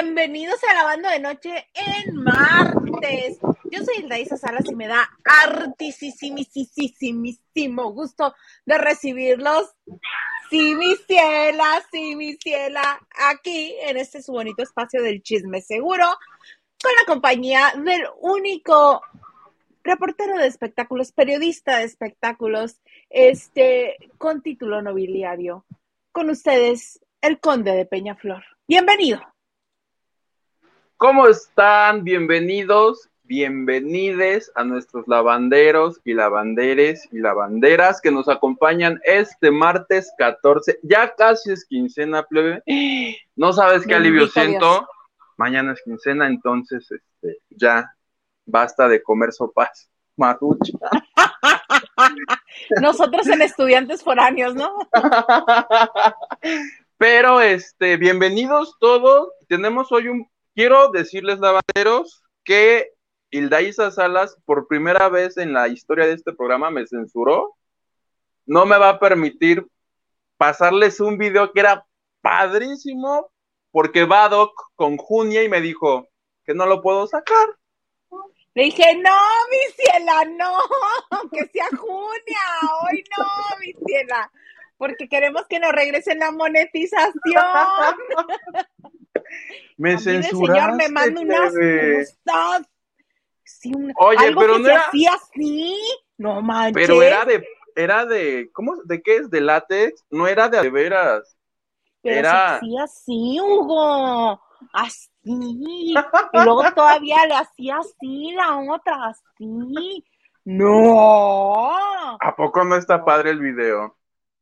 Bienvenidos a Lavando de Noche en martes. Yo soy Hilda Salas y me da hartísimo gusto de recibirlos. Sí, mi ciela, aquí en este su bonito espacio del chisme seguro, con la compañía del único reportero de espectáculos, periodista de espectáculos, con título nobiliario. Con ustedes, el Conde de Peñaflor. Bienvenido. ¿Cómo están? Bienvenides a nuestros lavanderos y lavanderes y lavanderas que nos acompañan este martes 14. Ya casi es quincena, plebe. No sabes qué alivio siento. Dios. Mañana es quincena, entonces ya basta de comer sopas marucha. Nosotros en estudiantes foráneos, ¿no? Pero bienvenidos todos. Quiero decirles, lavanderos, que Hilda Salas, por primera vez en la historia de este programa, me censuró. No me va a permitir pasarles un video que era padrísimo, porque va Doc con Junia y me dijo que no lo puedo sacar. Le dije, no, mi ciela, no, que sea Junia, hoy no, mi ciela, porque queremos que nos regresen la monetización. Me censuraste, el señor me manda unas cosas. Sí, oye, algo pero que no se era hacía así, no manches. Pero era de, ¿cómo? ¿De qué es? ¿De látex? No era de veras. Pero se hacía así, Hugo, así. Y luego todavía le hacía así, la otra así. ¡No! ¿A poco no está padre el video?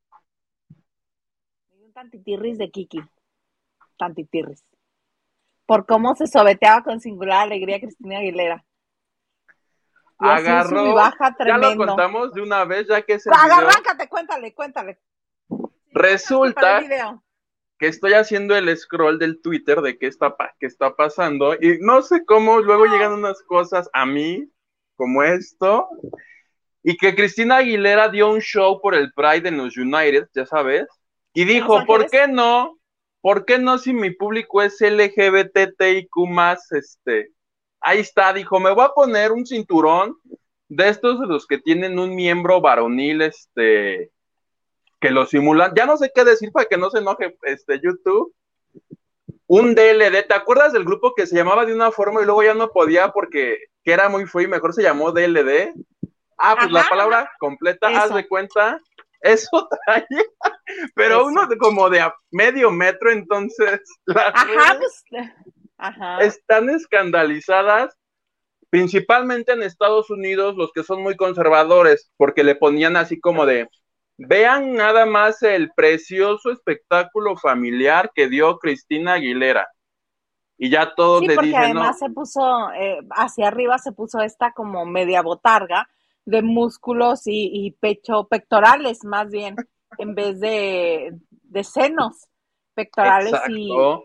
Un tantitirris de Kiki. Tantitirris. Por cómo se sobeteaba con singular alegría Cristina Aguilera. Y agarró, así baja tremendo. Ya lo contamos de una vez, ya que es el Arráncate, cuéntale. Resulta que estoy haciendo el scroll del Twitter de qué está pasando y no sé cómo luego llegan unas cosas a mí, como esto, y que Cristina Aguilera dio un show por el Pride en los United, ya sabes, y dijo, ¿por qué no? ¿Por qué no si mi público es LGBTIQ+, ahí está, dijo, me voy a poner un cinturón de estos de los que tienen un miembro varonil, que lo simulan, ya no sé qué decir para que no se enoje YouTube, un DLD, ¿te acuerdas del grupo que se llamaba de una forma y luego ya no podía porque que era muy feo y mejor se llamó DLD? Pues la palabra completa, eso. Haz de cuenta, eso trae, pero eso. Uno como de a medio metro, entonces las redes están escandalizadas, principalmente en Estados Unidos, los que son muy conservadores, porque le ponían así como de, vean nada más el precioso espectáculo familiar que dio Cristina Aguilera. Y ya todos le dicen, porque además se puso, hacia arriba se puso esta como media botarga de músculos y pectorales más bien, en vez de senos, pectorales. Exacto.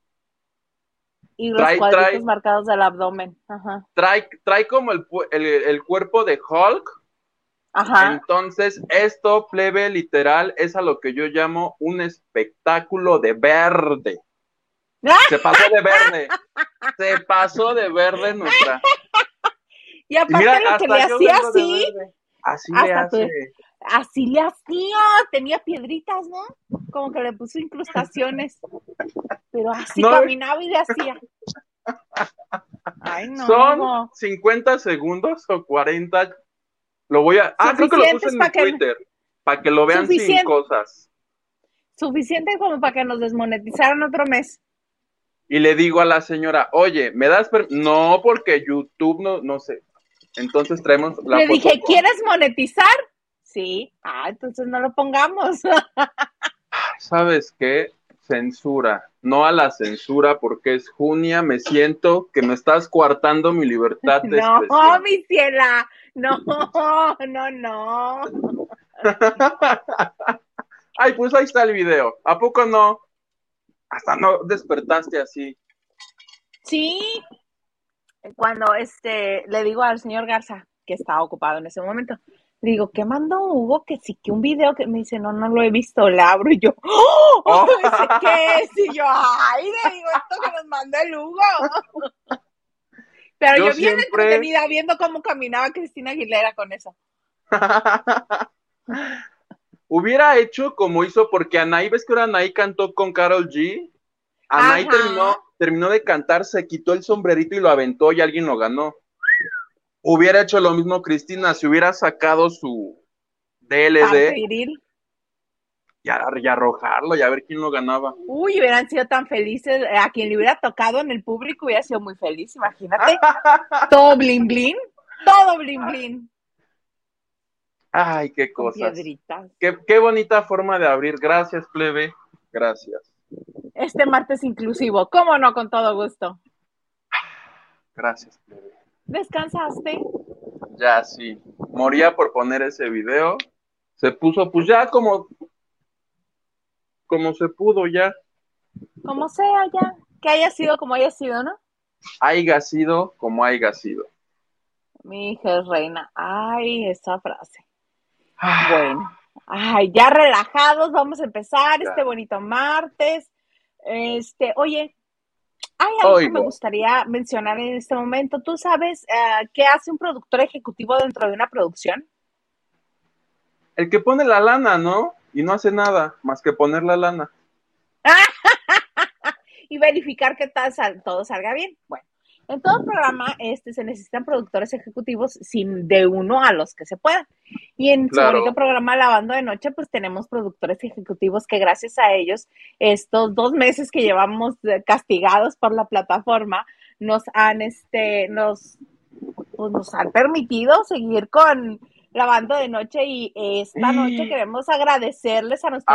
Y los cuadritos marcados del abdomen. Ajá. Trae como el cuerpo de Hulk. Ajá. Entonces, esto, plebe, literal, es a lo que yo llamo un espectáculo de verde. Se pasó de verde nuestra. Y aparte mira, lo que le hacía así, así le hace. Así le hacía, tenía piedritas, ¿no? Como que le puso incrustaciones. Pero así caminaba y le hacía. Ay, no. Son 50 segundos o 40. Lo voy a. Creo que lo puse en mi Twitter. Para que lo vean sin cosas. Suficiente como para que nos desmonetizaran otro mes. Y le digo a la señora, oye, ¿me das No, porque YouTube no sé. Entonces traemos la Le dije, ¿quieres monetizar? Sí. Entonces no lo pongamos. ¿Sabes qué? Censura. No a la censura porque es Junia. Me siento que me estás coartando mi libertad de expresión. No, mi ciela. No. Ay, pues ahí está el video. ¿A poco no? Hasta no despertaste así. Sí. Cuando le digo al señor Garza, que estaba ocupado en ese momento. Le digo, ¿qué mandó Hugo? Que sí, que un video que me dice, no lo he visto, le abro y yo, ¡oh! Dice, ¿qué es? Y yo, ay, le digo, esto que nos mandó el Hugo. Pero yo bien entretenida viendo cómo caminaba Cristina Aguilera con eso. Hubiera hecho como hizo, porque Anaí, ¿ves que ahora Anaí cantó con Karol G? Anaí terminó de cantar, se quitó el sombrerito y lo aventó y alguien lo ganó. Hubiera hecho lo mismo Cristina, si hubiera sacado su DLD y arrojarlo y a ver quién lo ganaba. Uy, hubieran sido tan felices, a quien le hubiera tocado en el público hubiera sido muy feliz, imagínate. Todo blin blin, todo blin blin. Ay, qué cosas. Qué bonita forma de abrir. Gracias, plebe. Gracias. Este martes inclusivo, ¿cómo no? Con todo gusto. Gracias, plebe. ¿Descansaste? Ya, sí. Moría por poner ese video. Se puso, pues ya como se pudo ya. Como sea ya. Que haya sido como haya sido, ¿no? Haiga sido como haiga sido. Mi hija es reina. Ay, esa frase. Bueno. Ay, ya relajados, vamos a empezar este bonito martes. Oye, hay algo que me gustaría mencionar en este momento. ¿Tú sabes qué hace un productor ejecutivo dentro de una producción? El que pone la lana, ¿no? Y no hace nada más que poner la lana. Y verificar que todo salga bien. Bueno, en todo programa se necesitan productores ejecutivos de uno a los que se puedan. Y en su bonito programa Lavando de Noche, pues tenemos productores ejecutivos que gracias a ellos, estos 2 meses que llevamos castigados por la plataforma, nos han permitido seguir con Lavando de Noche, y esta noche queremos agradecerles a nuestros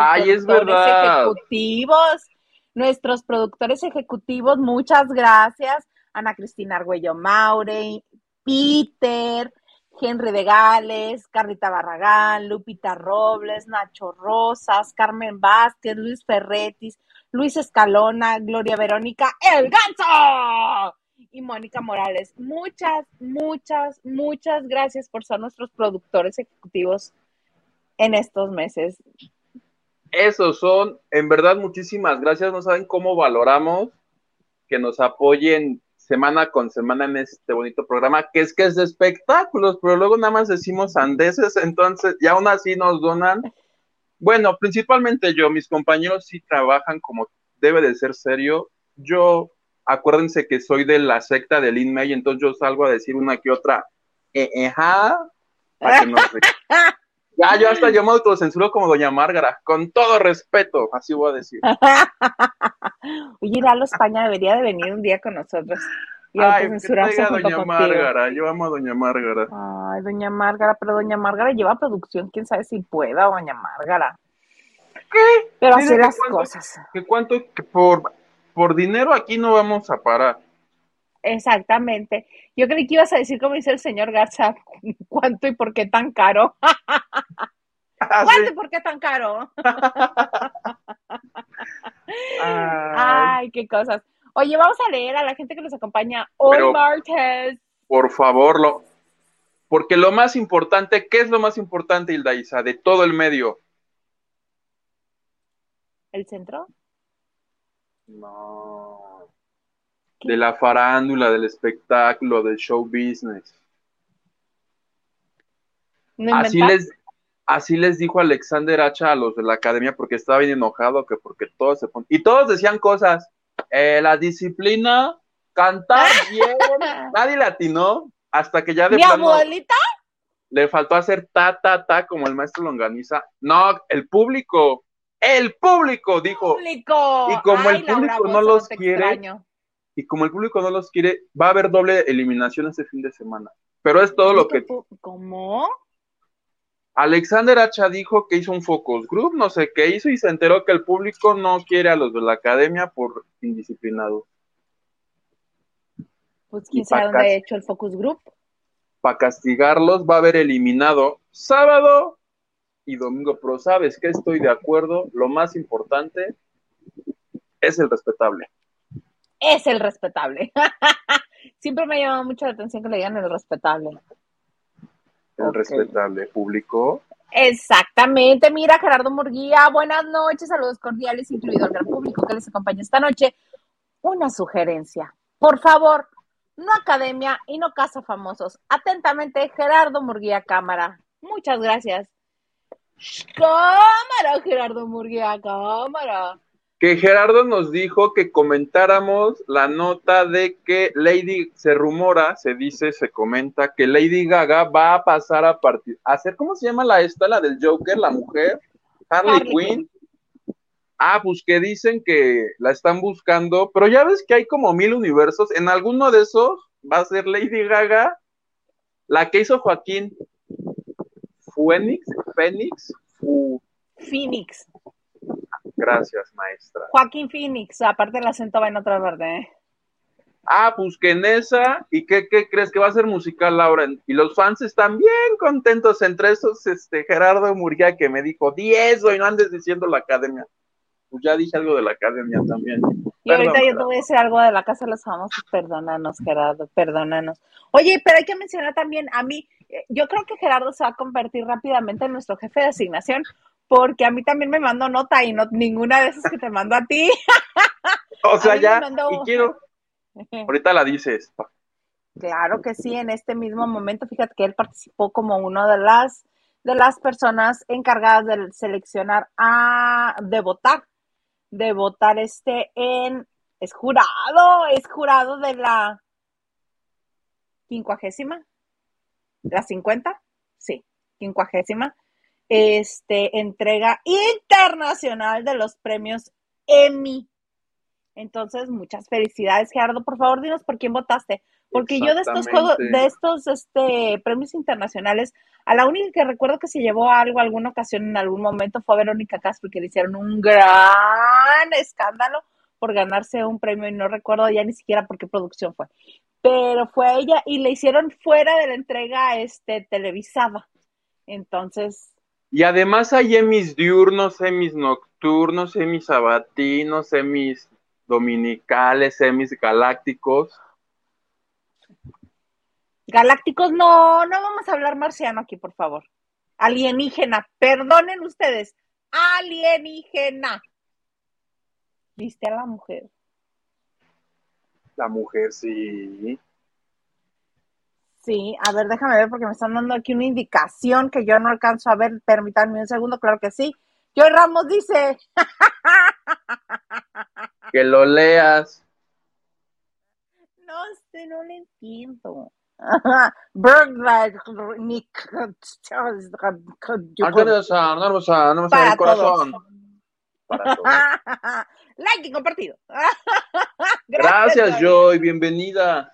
productores ejecutivos, muchas gracias. Ana Cristina Argüello Maure, Peter, Henry de Gales, Carlita Barragán, Lupita Robles, Nacho Rosas, Carmen Vázquez, Luis Ferretis, Luis Escalona, Gloria Verónica, El Ganso y Mónica Morales. Muchas gracias por ser nuestros productores ejecutivos en estos meses. Esos son, en verdad, muchísimas gracias. No saben cómo valoramos que nos apoyen semana con semana en este bonito programa, que es de espectáculos, pero luego nada más decimos sandeces, entonces, y aún así nos donan. Bueno, principalmente yo, mis compañeros sí trabajan como debe de ser serio. Yo, acuérdense que soy de la secta del Lin May, entonces yo salgo a decir una que otra, para que nos yo me autocensuro como doña Márgara, con todo respeto, así voy a decir. Oye, Lalo España debería de venir un día con nosotros y autocensurarse junto contigo. Márgara, yo amo a doña Márgara. Ay, doña Márgara, pero doña Márgara lleva producción, quién sabe si pueda, doña Márgara. ¿Qué? Pero así las cosas. Que por dinero aquí no vamos a parar. Exactamente. Yo creí que ibas a decir, como dice el señor Garza, ¿cuánto y por qué tan caro? ¿Cuánto y por qué tan caro? Ay, qué cosas. Oye, vamos a leer a la gente que nos acompaña hoy, martes. Por favor, porque lo más importante, ¿qué es lo más importante, Hilda Isa, de todo el medio? ¿El centro? No. ¿Qué? De la farándula, del espectáculo, del show business. ¿No así les dijo Alexander Hacha a los de la academia, porque estaba bien enojado, que porque todos se ponen. Y todos decían cosas. La disciplina, cantar bien. Nadie le atinó hasta que ya de plano. ¿Mi abuelita? Le faltó hacer ta, como el maestro Longaniza. No, el público dijo. Y como el público no los quiere, va a haber doble eliminación este fin de semana. Pero es todo lo que. ¿Cómo? Alexander Hacha dijo que hizo un focus group, no sé qué hizo, y se enteró que el público no quiere a los de la academia por indisciplinados. Pues quién sabe dónde ha hecho el focus group. Para castigarlos va a haber eliminado sábado y domingo, pero ¿sabes qué? Estoy de acuerdo, lo más importante es el respetable. Es el respetable. Siempre me ha llamado mucho la atención que le digan el respetable. el respetable público. Exactamente, mira, Gerardo Murguía, buenas noches, saludos cordiales, incluido al gran público que les acompaña esta noche. Una sugerencia, por favor, no academia y no casa famosos. Atentamente, Gerardo Murguía Cámara. Muchas gracias. Cámara, Gerardo Murguía Cámara. Que Gerardo nos dijo que comentáramos la nota de que se rumora, se dice, se comenta que Lady Gaga va a pasar a hacer, ¿cómo se llama la del Joker, la mujer? Harley Quinn. Pues que dicen que la están buscando, pero ya ves que hay como 1000 universos, en alguno de esos va a ser Lady Gaga, la que hizo Joaquín Phoenix. Gracias, maestra. Joaquín Phoenix, aparte el acento va en otra parte, pues que en esa, ¿y qué crees que va a ser musical, Laura? Y los fans están bien contentos, entre esos, Gerardo Murguía que me dijo, 10 hoy, no andes diciendo la academia. Pues ya dije algo de la academia también. Y ahorita yo te voy a decir algo de la Casa de los Famosos, perdónanos, Gerardo, perdónanos. Oye, pero hay que mencionar también, a mí, yo creo que Gerardo se va a convertir rápidamente en nuestro jefe de asignación, porque a mí también me mandó nota y no ninguna de esas que te mandó a ti. O sea, ya, y quiero, ahorita la dices. Claro que sí, en este mismo momento, fíjate que él participó como uno de las personas encargadas de seleccionar de votar es jurado de la 50, la 50, sí, 50, entrega internacional de los premios Emmy. Entonces, muchas felicidades, Gerardo. Por favor, dinos por quién votaste. Porque yo de estos premios internacionales, a la única que recuerdo que se llevó a alguna ocasión, en algún momento, fue a Verónica Castro, que le hicieron un gran escándalo por ganarse un premio, y no recuerdo ya ni siquiera por qué producción fue. Pero fue ella, y le hicieron fuera de la entrega televisada. Entonces... Y además hay Emmys diurnos, Emmys nocturnos, Emmys sabatinos, Emmys dominicales, Emmys galácticos. Galácticos, no vamos a hablar marciano aquí, por favor. Alienígena, perdonen ustedes, alienígena. ¿Viste a la mujer? La mujer, sí. Sí, a ver, déjame ver porque me están dando aquí una indicación que yo no alcanzo a ver. Permítanme un segundo, claro que sí. Joy Ramos dice... Que lo leas. No le entiendo. Para el corazón. Para todos. Like y compartido. Gracias, Joy. Bienvenida.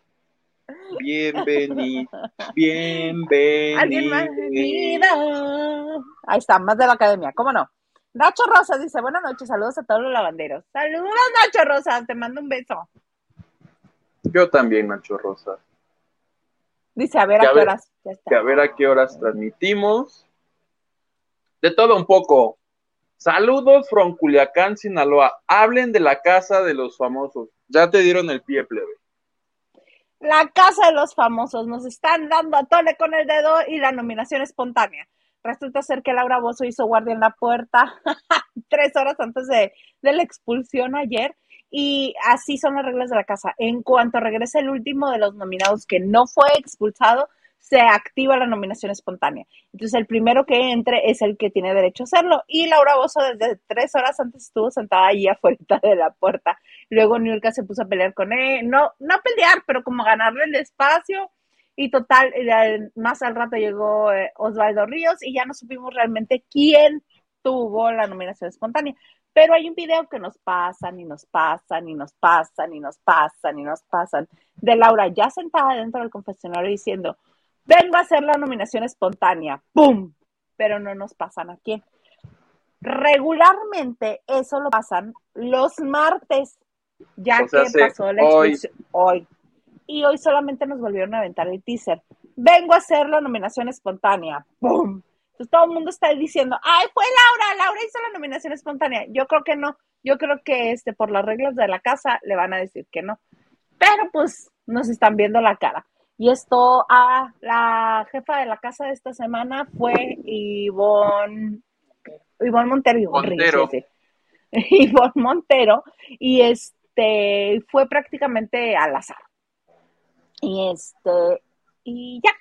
Bienvenida. Ahí está, más de la academia, ¿cómo no? Nacho Rosa dice, buenas noches, saludos a todos los lavanderos. Saludos, Nacho Rosa, te mando un beso. Yo también, Nacho Rosa. Dice, a ver a qué horas. Ya está. Que a ver a qué horas transmitimos. De todo un poco. Saludos from Culiacán, Sinaloa. Hablen de la Casa de los Famosos. Ya te dieron el pie, plebe. La Casa de los Famosos. Nos están dando a tole con el dedo y la nominación espontánea. Resulta ser que Laura Bozzo hizo guardia en la puerta 3 horas antes de la expulsión ayer. Y así son las reglas de la casa. En cuanto regrese el último de los nominados que no fue expulsado, se activa la nominación espontánea. Entonces, el primero que entre es el que tiene derecho a hacerlo. Y Laura Bozzo desde 3 horas antes estuvo sentada ahí afuera de la puerta. Luego Niurka se puso a pelear con él. No a pelear, pero como ganarle el espacio. Y total, más al rato llegó Osvaldo Ríos y ya no supimos realmente quién tuvo la nominación espontánea. Pero hay un video que nos pasan de Laura ya sentada dentro del confesionario diciendo, vengo a hacer la nominación espontánea, ¡pum! Pero no nos pasan a quién. Regularmente eso lo pasan los martes, ya que pasó la expulsión hoy. Y hoy solamente nos volvieron a aventar el teaser. Vengo a hacer la nominación espontánea, ¡pum! Entonces todo el mundo está diciendo, ¡ay, fue Laura hizo la nominación espontánea! Yo creo que no, yo creo que por las reglas de la casa le van a decir que no. Pero pues nos están viendo la cara. Y esto, la jefa de la casa de esta semana fue Ivonne Montero, Montero. Ivonne Montero, y fue prácticamente al azar. Y ya.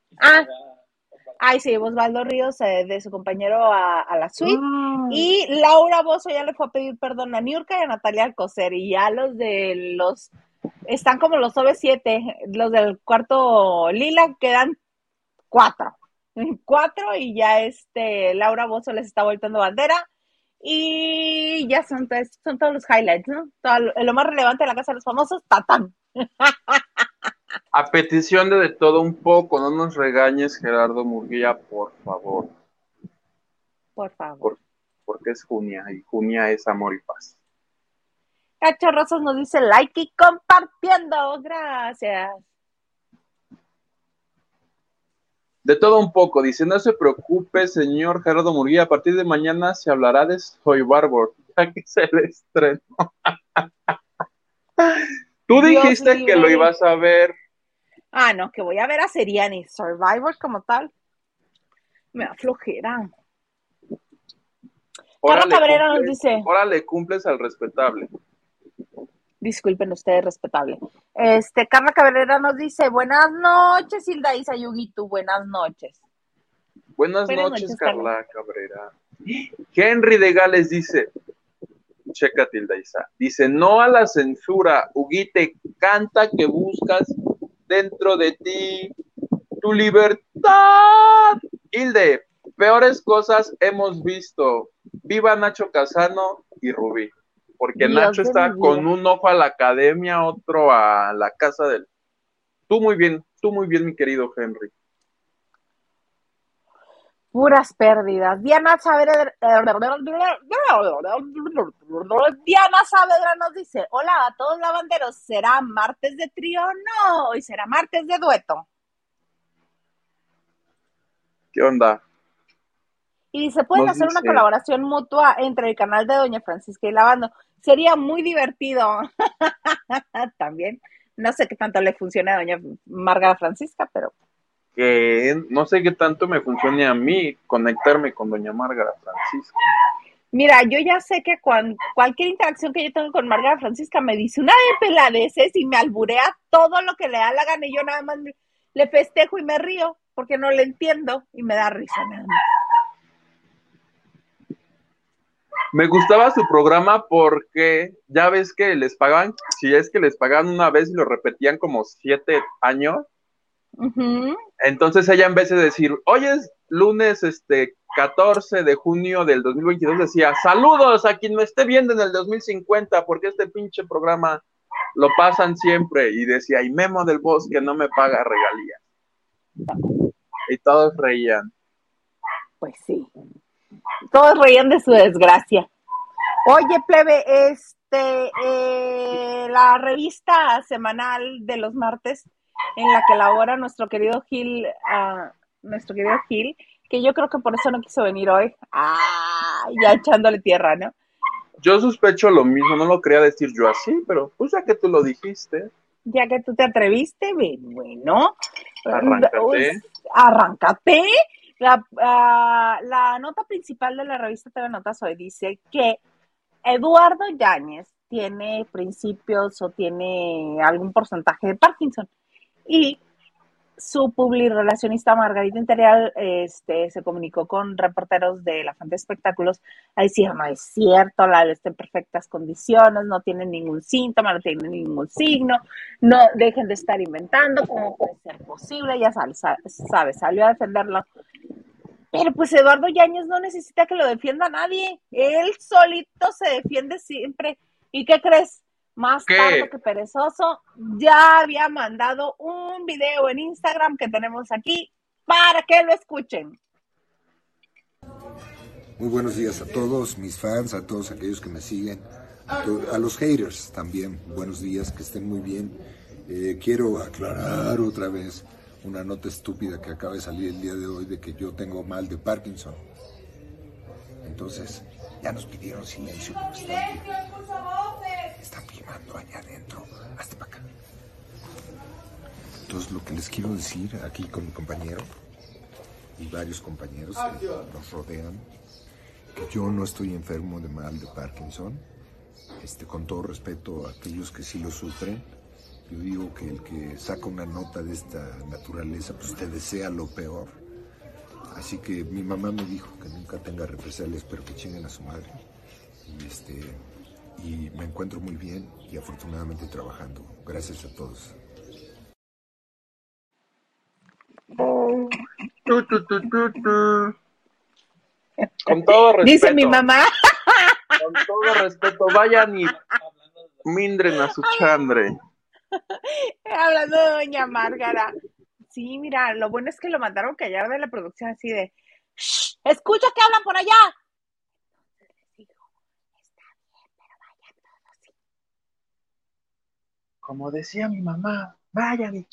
Sí, Osvaldo Ríos de su compañero a la suite. Y Laura Bozzo ya le fue a pedir perdón a Niurka y a Natalia Alcocer. Y ya están como los OV7, los del cuarto lila, quedan 4. 4 y ya Laura Bozzo les está volteando bandera. Y ya son todos los highlights, ¿no? Lo más relevante de la Casa de los Famosos, ¡tatán! A petición de todo un poco, no nos regañes, Gerardo Murguía, por favor. Por favor. Porque es Junia, y Junia es amor y paz. Cacho Rosas nos dice like y compartiendo. Gracias. De todo un poco, dice, no se preocupe, señor Gerardo Murguía, a partir de mañana se hablará de Soy Bárbaro, ya que se le estrenó. Tú dijiste que lo ibas a ver. No, que voy a ver a Seriani. Survivor como tal. Me da flojera. Carla Cabrera nos dice. Órale, cumples al respetable. Disculpen ustedes, respetable. Carla Cabrera nos dice, buenas noches, Hilda Isa Yugitu, buenas noches. Buenas noches, Carla Cabrera. Henry de Gales dice, checa, Hilda Isa, dice, no a la censura, Huguite, canta que buscas dentro de ti tu libertad. Hilde, peores cosas hemos visto. Viva Nacho Casano y Rubí. Porque Dios Nacho está con un ojo a la academia, otro a la casa del... Tú muy bien, mi querido Henry. Puras pérdidas. Diana Saavedra nos dice, hola a todos lavanderos, ¿será martes de trío? No, hoy será martes de dueto. ¿Qué onda? Y se pueden hacer una colaboración mutua entre el canal de Doña Francisca y Lavando. Sería muy divertido. También. No sé qué tanto le funciona a Doña Marga Francisca, pero... Que no sé qué tanto me funcione a mí conectarme con Doña Marga Francisca. Mira, yo ya sé que cualquier interacción que yo tengo con Marga Francisca me dice una de peladeces y me alburea todo lo que le da la gana y yo nada más le festejo y me río porque no le entiendo y me da risa nada más. Me gustaba su programa porque ya ves que les pagaban, si es que les pagaban una vez y lo repetían como 7 años. Uh-huh. Entonces ella en vez de decir, hoy es lunes 14 de junio del 2022, decía, saludos a quien me esté viendo en el 2050, porque este pinche programa lo pasan siempre. Y decía, y Memo del Bosque no me paga regalías. Y todos reían. Pues sí. Todos reían de su desgracia. Oye, plebe, la revista semanal de los martes en la que elabora nuestro querido Gil, que yo creo que por eso no quiso venir hoy. Ya echándole tierra, ¿no? Yo sospecho lo mismo, no lo quería decir yo así, pero pues ya que tú lo dijiste. Ya que tú te atreviste, bueno. Arráncate. La nota principal de la revista TV Notas hoy dice que Eduardo Yáñez tiene principios o tiene algún porcentaje de Parkinson y su publirelacionista Margarita Imperial se comunicó con reporteros de la Fuente de Espectáculos a decir, no es cierto, la está en perfectas condiciones, no tiene ningún síntoma, no tiene ningún signo, no dejen de estar inventando, ¿cómo puede ser posible? Ya sabes, salió a defenderlo. Pero pues Eduardo Yáñez no necesita que lo defienda nadie, él solito se defiende siempre. ¿Y qué crees? Más tarde que perezoso, ya había mandado un video en Instagram que tenemos aquí para que lo escuchen. Muy buenos días a todos mis fans, a todos aquellos que me siguen, a los haters también, buenos días, que estén muy bien. Quiero aclarar otra vez una nota estúpida que acaba de salir el día de hoy de que yo tengo mal de Parkinson. Entonces, ya nos pidieron silencio porque están filmando allá adentro. Hasta para acá. Entonces, lo que les quiero decir aquí con mi compañero y varios compañeros que nos rodean, que yo no estoy enfermo de mal de Parkinson, con todo respeto a aquellos que sí lo sufren. Yo digo que el que saca una nota de esta naturaleza, pues te desea lo peor. Así que mi mamá me dijo que nunca tenga represalias, pero que chinguen a su madre. Y me encuentro muy bien y afortunadamente trabajando. Gracias a todos. Con todo respeto. Dice mi mamá. Con todo respeto, vayan y mindren a su chambre. Hablando de doña Márgara. Sí, mira, lo bueno es que lo mandaron callar de la producción así de ¡shh! ¡Escucha que hablan por allá! Digo, está bien, pero vayan todos. Sí. Como decía mi mamá, vayan.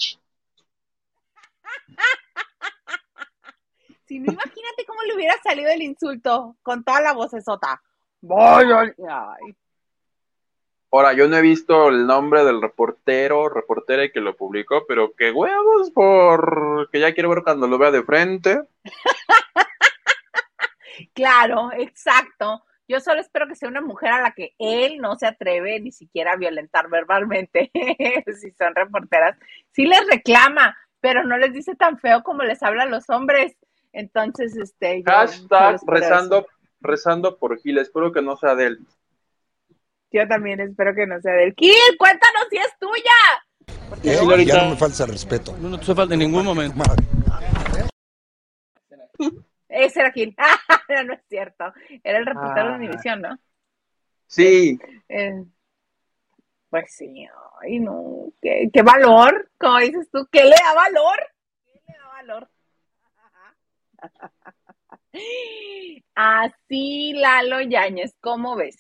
Si no, imagínate cómo le hubiera salido el insulto con toda la vocesota. Vayan. Ay. Ahora, yo no he visto el nombre del reportera que lo publicó, pero qué huevos, porque ya quiero ver cuando lo vea de frente. Claro, exacto. Yo solo espero que sea una mujer a la que él no se atreve ni siquiera a violentar verbalmente. Si son reporteras, sí les reclama, pero no les dice tan feo como les habla a los hombres. Entonces, yo hashtag rezando por Gil, espero que no sea de él. Yo también espero que no sea del Gil, cuéntanos si es tuya. Ya no me falta respeto. No te falta en ningún momento. Ese era Gil. No es cierto. Era el reportero de Univisión, ¿no? Sí. Pues sí, ay no, qué valor, como dices tú, ¿qué le da valor? ¿Qué le da valor? Así, Lalo Yáñez, ¿cómo ves?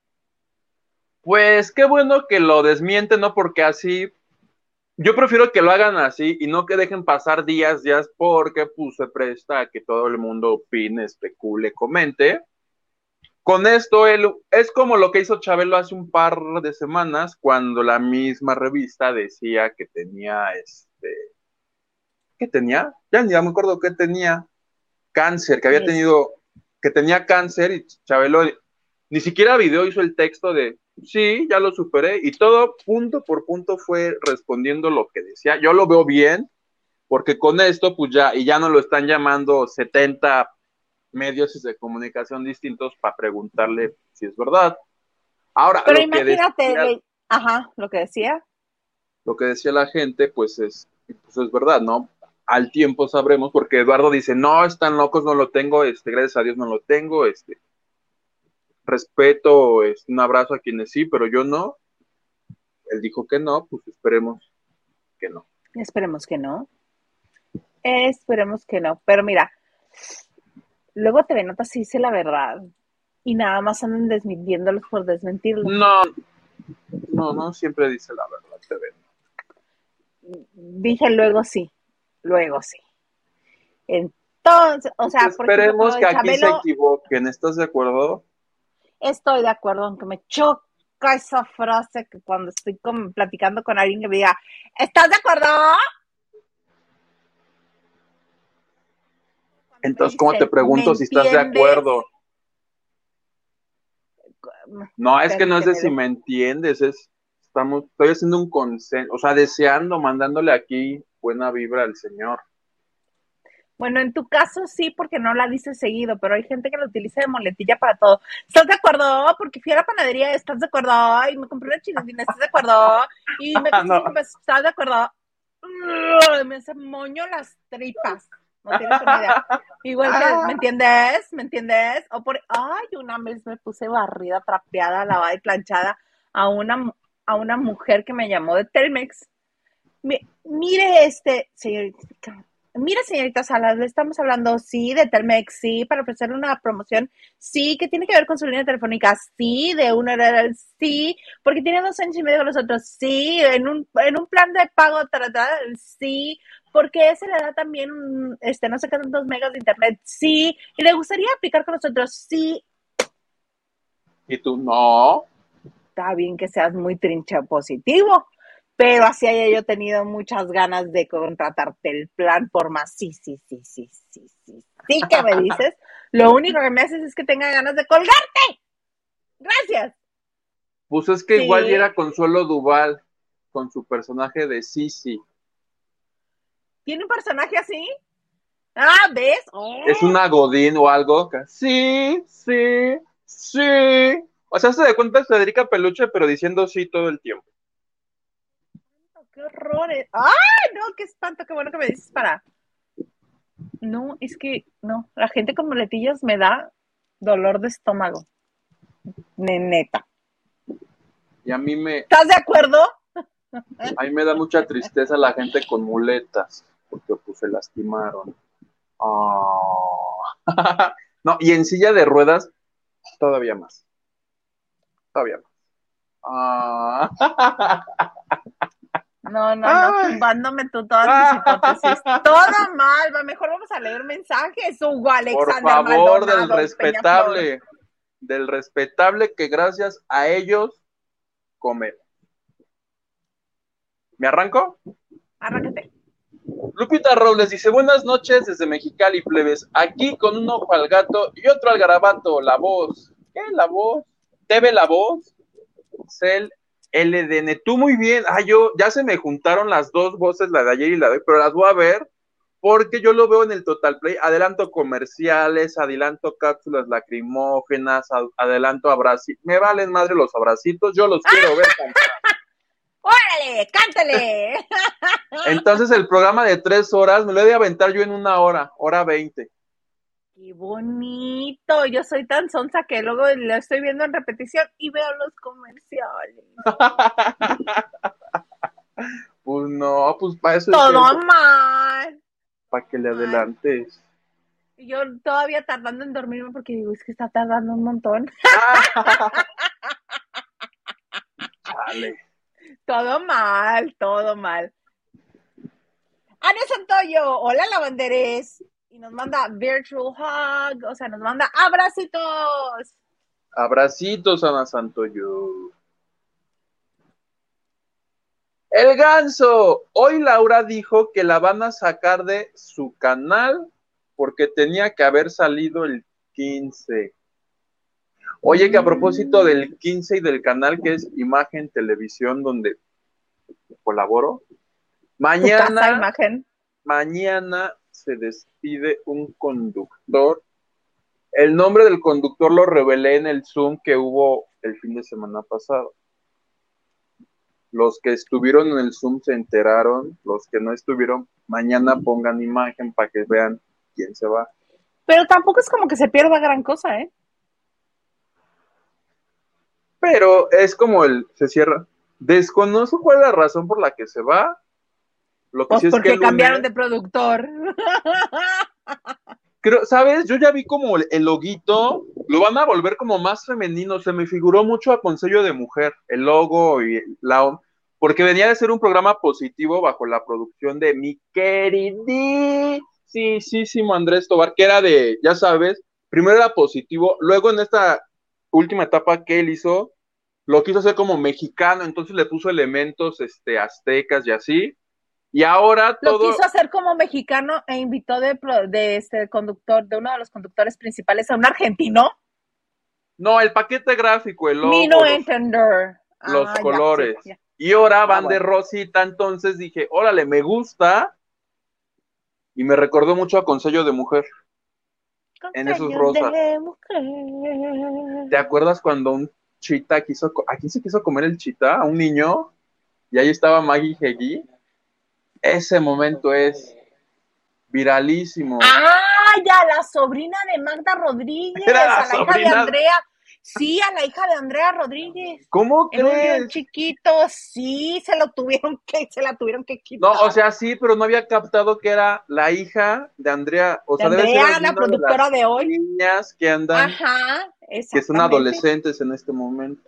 Pues qué bueno que lo desmienten, ¿no? Porque así, yo prefiero que lo hagan así y no que dejen pasar días, porque pues se presta a que todo el mundo opine, especule, comente. Con esto, es como lo que hizo Chabelo hace un par de semanas, cuando la misma revista decía que tenía, ¿qué tenía? Ya ni me acuerdo qué tenía, cáncer, que había tenido, que tenía cáncer, y Chabelo ni siquiera video hizo el texto de, sí, ya lo superé, y todo punto por punto fue respondiendo lo que decía. Yo lo veo bien, porque con esto, pues ya no lo están llamando 70 medios de comunicación distintos para preguntarle si es verdad. Ahora, pero imagínate, lo que decía. Lo que decía la gente, pues es verdad, ¿no? Al tiempo sabremos, porque Eduardo dice, no, están locos, no lo tengo, gracias a Dios no lo tengo, respeto, un abrazo a quienes sí, pero yo no. Él dijo que no, pues esperemos que no. Esperemos que no. Esperemos que no. Pero mira, luego TV Notas sí dice la verdad y nada más andan desmintiéndolos por desmentirlos. No siempre dice la verdad, TV. Dije luego sí. Entonces, o sea, por ejemplo, esperemos que aquí se equivoquen. ¿Estás de acuerdo? Estoy de acuerdo, aunque me choca esa frase que cuando estoy platicando con alguien que me diga, ¿estás de acuerdo? Entonces, ¿cómo te pregunto si estás de acuerdo? No, es que no es de si me entiendes, estoy haciendo un consenso, o sea, deseando, mandándole aquí buena vibra al Señor. Bueno, en tu caso sí, porque no la dices seguido, pero hay gente que lo utiliza de muletilla para todo. ¿Estás de acuerdo? Porque fui a la panadería, ¿estás de acuerdo? Y me compré una chilindrina, ¿estás de acuerdo? Y me costó 5 pesos, ¿estás de acuerdo? Me se moño las tripas. No tienes una idea. Igual que, ¿me entiendes? Una vez me puse barrida, trapeada, lavada y planchada a una mujer que me llamó de Telmex. Mire, señorita Salas, le estamos hablando, sí, de Telmex, sí, para ofrecerle una promoción, sí, que tiene que ver con su línea telefónica, sí, de una hora, sí, porque tiene 2 años y medio con nosotros, sí, en un plan de pago, sí, porque ese le da también, no sé cuántos megas de internet, sí, y le gustaría aplicar con nosotros, sí. ¿Y tú no? Está bien que seas muy trincha positivo, pero así haya yo tenido muchas ganas de contratarte el plan por más. Sí que me dices, lo único que me haces es que tenga ganas de colgarte. Gracias. Pues es que igual era Consuelo Duval con su personaje de Sisi. ¿Tiene un personaje así? Ah, ¿ves? Oh. Es una Godín o algo. Sí. O sea, se da cuenta Federica Peluche, pero diciendo sí todo el tiempo. ¡Qué horrores! ¡Ay, no! ¡Qué espanto! ¡Qué bueno que me dices para! No, es que no. La gente con muletillas me da dolor de estómago. Neta. Y a mí ¿Estás de acuerdo? A mí me da mucha tristeza la gente con muletas, porque pues se lastimaron. Oh. No, y en silla de ruedas, todavía más. No, tumbándome tú todas mis hipótesis. Todo mal, mejor vamos a leer mensajes, Hugo Alexander Por favor, Maldonado, del respetable que gracias a ellos comemos. ¿Me arranco? Arráncate. Lupita Robles dice, buenas noches desde Mexicali, plebes. Aquí con un ojo al gato y otro al garabato. La voz. ¿Qué? ¿La voz? ¿TV La Voz? Cel LDN. Tú muy bien. Ya se me juntaron las dos voces, la de ayer y la de hoy, pero las voy a ver porque yo lo veo en el Total Play. Adelanto comerciales, adelanto cápsulas lacrimógenas, adelanto abrazos. Me valen madre los abracitos, yo los quiero ver cantar. ¡Órale! ¡Cántale! Entonces el programa de 3 horas me lo he de aventar yo en 1 hora 20. ¡Qué bonito! Yo soy tan sonsa que luego lo estoy viendo en repetición y veo los comerciales. Pues no, pues para eso. Todo mal. Para que le adelantes. Y yo todavía tardando en dormirme porque digo, es que está tardando un montón. Chale. Todo mal. Ana Santoyo, hola lavanderes. Y nos manda virtual hug, o sea, nos manda abracitos. Abracitos, Ana Santoyo. El Ganso. Hoy Laura dijo que la van a sacar de su canal porque tenía que haber salido el 15. Oye, que a propósito del 15 y del canal que es Imagen Televisión, donde colaboro, mañana se despide un conductor. El nombre del conductor lo revelé en el Zoom que hubo el fin de semana pasado. Los que estuvieron en el Zoom se enteraron, los que no estuvieron, mañana pongan imagen para que vean quién se va. Pero tampoco es como que se pierda gran cosa, ¿eh? Pero es como se cierra. Desconozco cuál es la razón por la que se va. Lo que pues sí es porque que cambiaron de productor. Creo, ¿sabes? Yo ya vi como el loguito, lo van a volver como más femenino, se me figuró mucho a Consejo de Mujer, el logo y porque venía de ser un programa positivo bajo la producción de mi queridísimo Andrés Tobar, que era de, ya sabes, primero era positivo, luego en esta última etapa que él hizo, lo quiso hacer como mexicano, entonces le puso elementos aztecas y así. Y ahora todo... Lo quiso hacer como mexicano e invitó de este conductor, de uno de los conductores principales, a un argentino. No, el paquete gráfico, el logo. Me no entender. Los colores. Ya. Y ahora van de Rosita, entonces dije, órale, me gusta. Y me recordó mucho a Consejo de Mujer. En esos rosas. ¿Te acuerdas cuando un chita ¿a quién se quiso comer el chita? A un niño. Y ahí estaba Maggie Heggie. Ese momento es viralísimo. ¡Ah, ya! La sobrina de Magda Rodríguez. A la hija de Andrea. Sí, a la hija de Andrea Rodríguez. ¿Cómo crees? Un chiquito, sí, se la tuvieron que quitar. No, o sea, sí, pero no había captado que era la hija de Andrea. O sea, de Andrea, debe ser la productora de hoy. Niñas que andan. Ajá, que son adolescentes en este momento.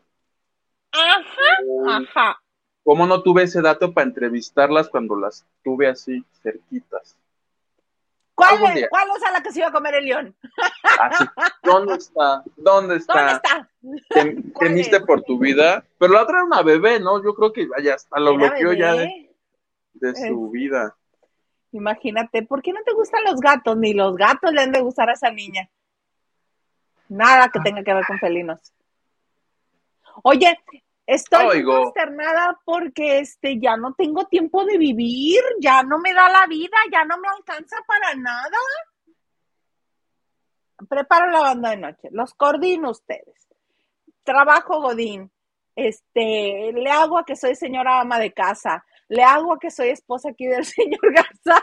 Ajá. ¿Cómo no tuve ese dato para entrevistarlas cuando las tuve así cerquitas? ¿Cuál es a la que se iba a comer el león? Así, ¿dónde está? ¿Dónde está? Temiste por tu vida. Pero la otra era una bebé, ¿no? Yo creo que ya hasta lo bloqueó ya de su vida. Imagínate, ¿por qué no te gustan los gatos? Ni los gatos le han de gustar a esa niña. Nada que tenga que ver con felinos. Oye, estoy consternada porque ya no tengo tiempo de vivir, ya no me da la vida, ya no me alcanza para nada. Preparo la banda de noche, los coordino ustedes. Trabajo godín, le hago a que soy señora ama de casa, le hago a que soy esposa aquí del señor Garza.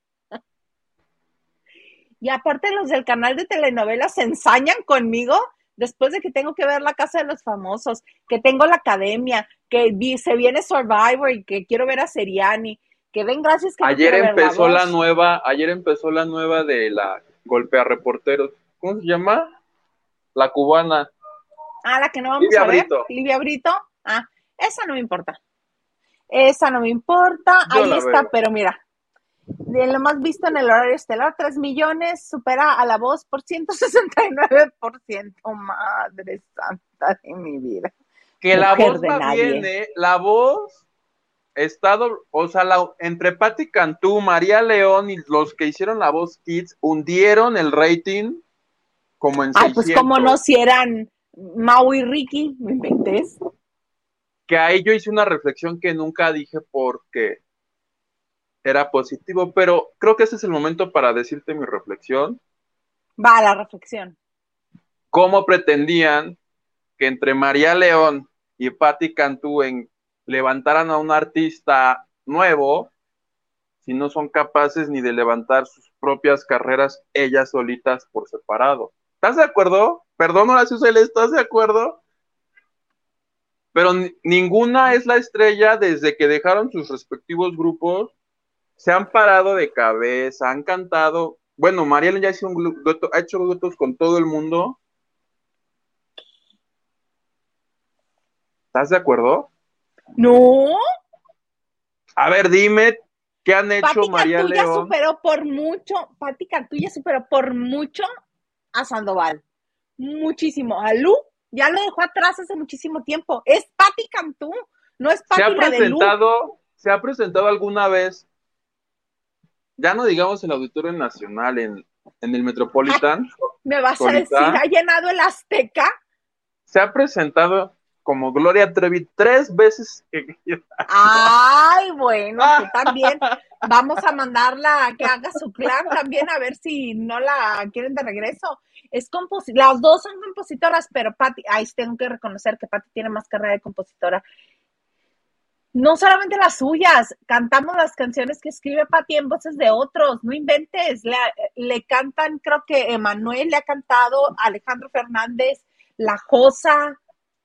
Y aparte los del canal de telenovelas se ensañan conmigo después de que tengo que ver La Casa de los Famosos, que tengo la academia, que se viene Survivor y que quiero ver a Seriani, que den gracias que ayer empezó la nueva de la Golpea Reporteros. ¿Cómo se llama? La cubana. Ah, la que no vamos a ver. Livia Brito. Ah, esa no me importa. Ahí está, pero mira, de lo más visto en el horario estelar, 3 millones, supera a La Voz por 169%. Madre santa de mi vida. Que La Voz va bien, La Voz estado, o sea, entre Patti Cantú, María León y los que hicieron La Voz Kids hundieron el rating como en 600. Pues como no, si eran Mau y Ricky, ¿me inventes? Que ahí yo hice una reflexión que nunca dije porque era positivo, pero creo que ese es el momento para decirte mi reflexión. Va, la reflexión. ¿Cómo pretendían que entre María León y Patti Cantú levantaran a un artista nuevo si no son capaces ni de levantar sus propias carreras ellas solitas por separado? ¿Estás de acuerdo? Perdón, Horacio Cele, ¿estás de acuerdo? Pero ninguna es la estrella desde que dejaron sus respectivos grupos. Se han parado de cabeza, han cantado. Bueno, Mariela ya ha hecho duetos con todo el mundo. ¿Estás de acuerdo? No. A ver, dime, ¿qué han hecho María León? Patti Cantú ya superó por mucho a Sandoval. Muchísimo. A Lu ya lo dejó atrás hace muchísimo tiempo. Es Patti Cantú, no es Patti la de Lu. ¿Se ha presentado alguna vez, ya no digamos en el Auditorio Nacional, en el Metropolitan? ¿Me vas a decir, ha llenado el Azteca? Se ha presentado como Gloria Trevi 3 veces. Ay, bueno, tú también. Vamos a mandarla a que haga su plan también, a ver si no la quieren de regreso. Las dos son compositoras, pero Patti, tengo que reconocer que Patti tiene más carrera de compositora. No solamente las suyas, cantamos las canciones que escribe Patti en voces de otros, no inventes. Le cantan, creo que Emanuel le ha cantado, Alejandro Fernández, La Josa.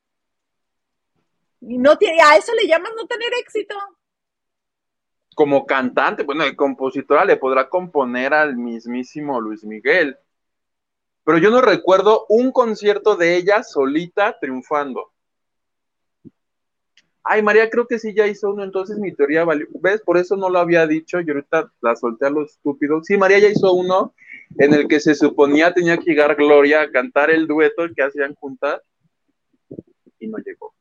Y a eso le llaman no tener éxito. Como cantante, bueno, de compositora le podrá componer al mismísimo Luis Miguel. Pero yo no recuerdo un concierto de ella solita triunfando. Ay, María, creo que sí ya hizo uno, entonces mi teoría valió. ¿Ves? Por eso no lo había dicho y ahorita la solté a lo estúpido. Sí, María ya hizo uno en el que se suponía tenía que llegar Gloria a cantar el dueto que hacían juntas y no llegó.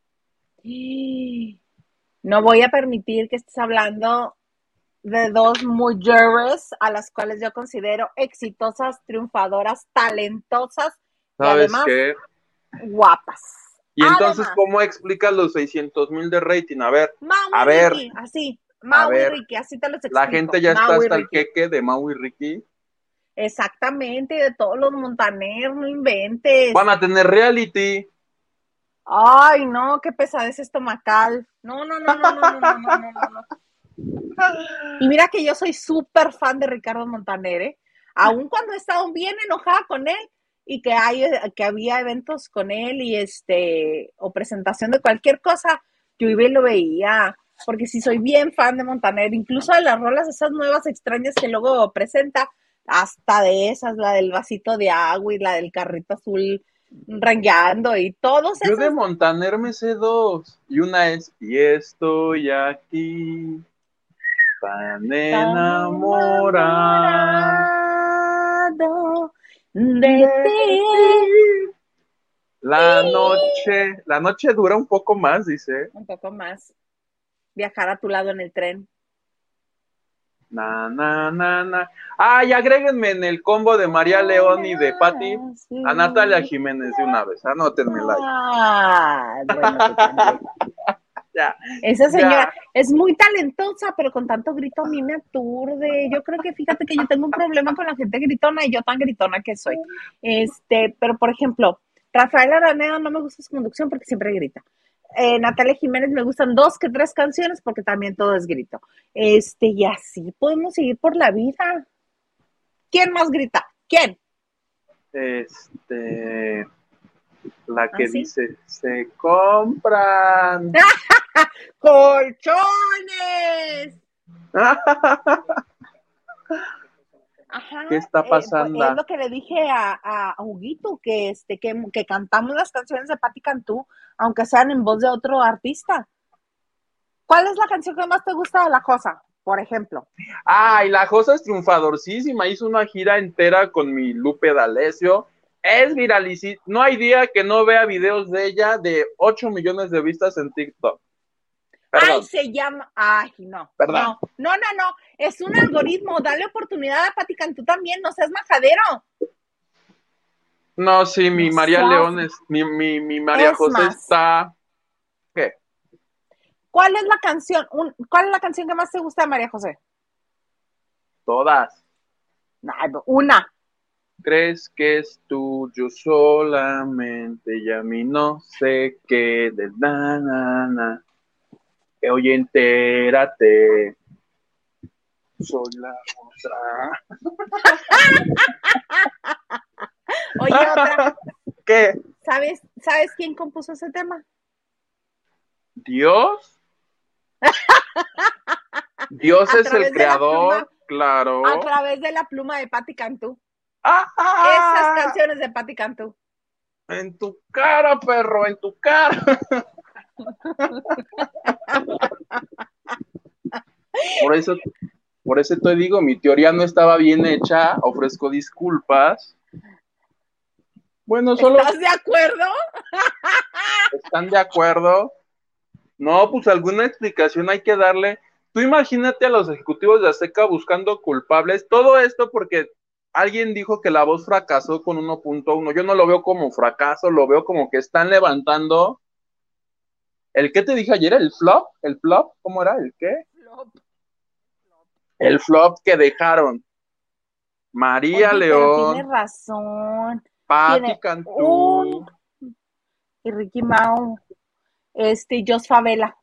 No voy a permitir que estés hablando de dos mujeres a las cuales yo considero exitosas, triunfadoras, talentosas y además guapas. Y entonces, ¿cómo explicas los 600,000 de rating? A ver, Ricky, así, Mau y Ricky, así te los explico. La gente ya está hasta el queque de Mau y Ricky. Exactamente, de todos los Montaner, no inventes. Van a tener reality. Ay, no, qué pesadez estomacal. No. Y mira que yo soy súper fan de Ricardo Montaner, aun cuando he estado bien enojada con él y que había eventos con él y o presentación de cualquier cosa, yo iba y lo veía, porque sí soy bien fan de Montaner, incluso de las rolas esas nuevas extrañas que luego presenta, hasta de esas, la del vasito de agua y la del carrito azul rangueando y todos esos. Yo de Montaner me sé dos, y una es, y estoy aquí. tan enamorado de ti. La noche dura un poco más, dice. Un poco más. Viajar a tu lado en el tren. Na, na, na, na. Y agréguenme en el combo de María León y de Patti a Natalia Jiménez de una vez. Anótenmela ahí. Bueno, tú también. Ya, esa señora ya. es muy talentosa, pero con tanto grito a mí me aturde. Yo creo que fíjate que yo tengo un problema con la gente gritona y yo tan gritona que soy. Pero por ejemplo, Rafael Araneda no me gusta su conducción porque siempre grita. Natalia Jiménez me gustan 2 que 3 canciones porque también todo es grito. Y así podemos seguir por la vida. ¿Quién más grita? ¿Quién? La que dice, se compran ¡colchones! Ajá, ¿qué está pasando? es lo que le dije a Huguito, que cantamos las canciones de Patti Cantú, aunque sean en voz de otro artista. ¿Cuál es la canción que más te gusta de La Josa, por ejemplo? Y La Josa es triunfadorcísima, hizo una gira entera con mi Lupe D'Alessio, es viralísima, no hay día que no vea videos de ella de 8 millones de vistas en TikTok. Perdón. Se llama, no. Perdón. No, es un algoritmo, dale oportunidad a Patti Cantú también, no seas majadero. No, sí, mi María León es, mi María José está, ¿qué? ¿Cuál es la canción que más te gusta de María José? Todas. Una. ¿Crees que es tuyo solamente y a mí no sé qué de na? Oye, entérate. Soy la otra. Oye, otra. ¿Qué? ¿Sabes quién compuso ese tema? ¿Dios? Dios es el creador, claro. A través de la pluma de Patti Cantú. Esas canciones de Patti Cantú. En tu cara, perro, en tu cara. Por eso te digo, mi teoría no estaba bien hecha, ofrezco disculpas. Bueno, solo... ¿Estás de acuerdo? ¿Están de acuerdo? No, pues alguna explicación hay que darle. Tú imagínate a los ejecutivos de Azteca buscando culpables, todo esto porque alguien dijo que La Voz fracasó con 1.1, yo no lo veo como fracaso, lo veo como que están levantando. ¿El qué te dije ayer? ¿El flop? ¿Cómo era? ¿El qué? El flop que dejaron. María León. Tienes razón. Patti Cantú. Y Ricky Mau. Jos Favela.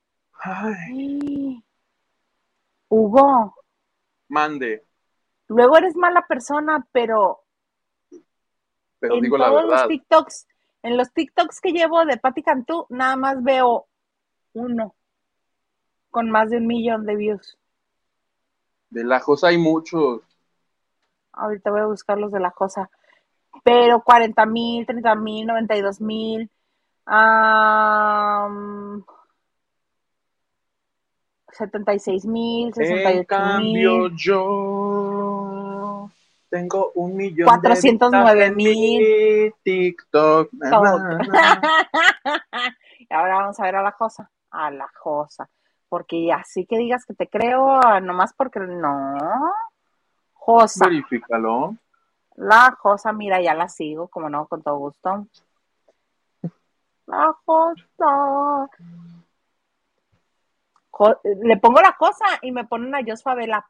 Hugo. Mande. Luego eres mala persona, pero digo la verdad. En los TikToks que llevo de Patti Cantú, nada más veo uno con más de 1 millón de views. De La Josa hay muchos. Ahorita voy a buscar los de La Josa. Pero 40,000, 30,000, 92,000. 76,000, 68,000. En cambio, yo tengo 1 millón 409,000. TikTok. Y ahora vamos a ver a La Josa. A La Josa. Porque así que digas que te creo, nomás porque no. Josa. Verifícalo. La Josa, mira, ya la sigo, como no, con todo gusto. La Josa. Le pongo La Josa y me ponen a Jos Favela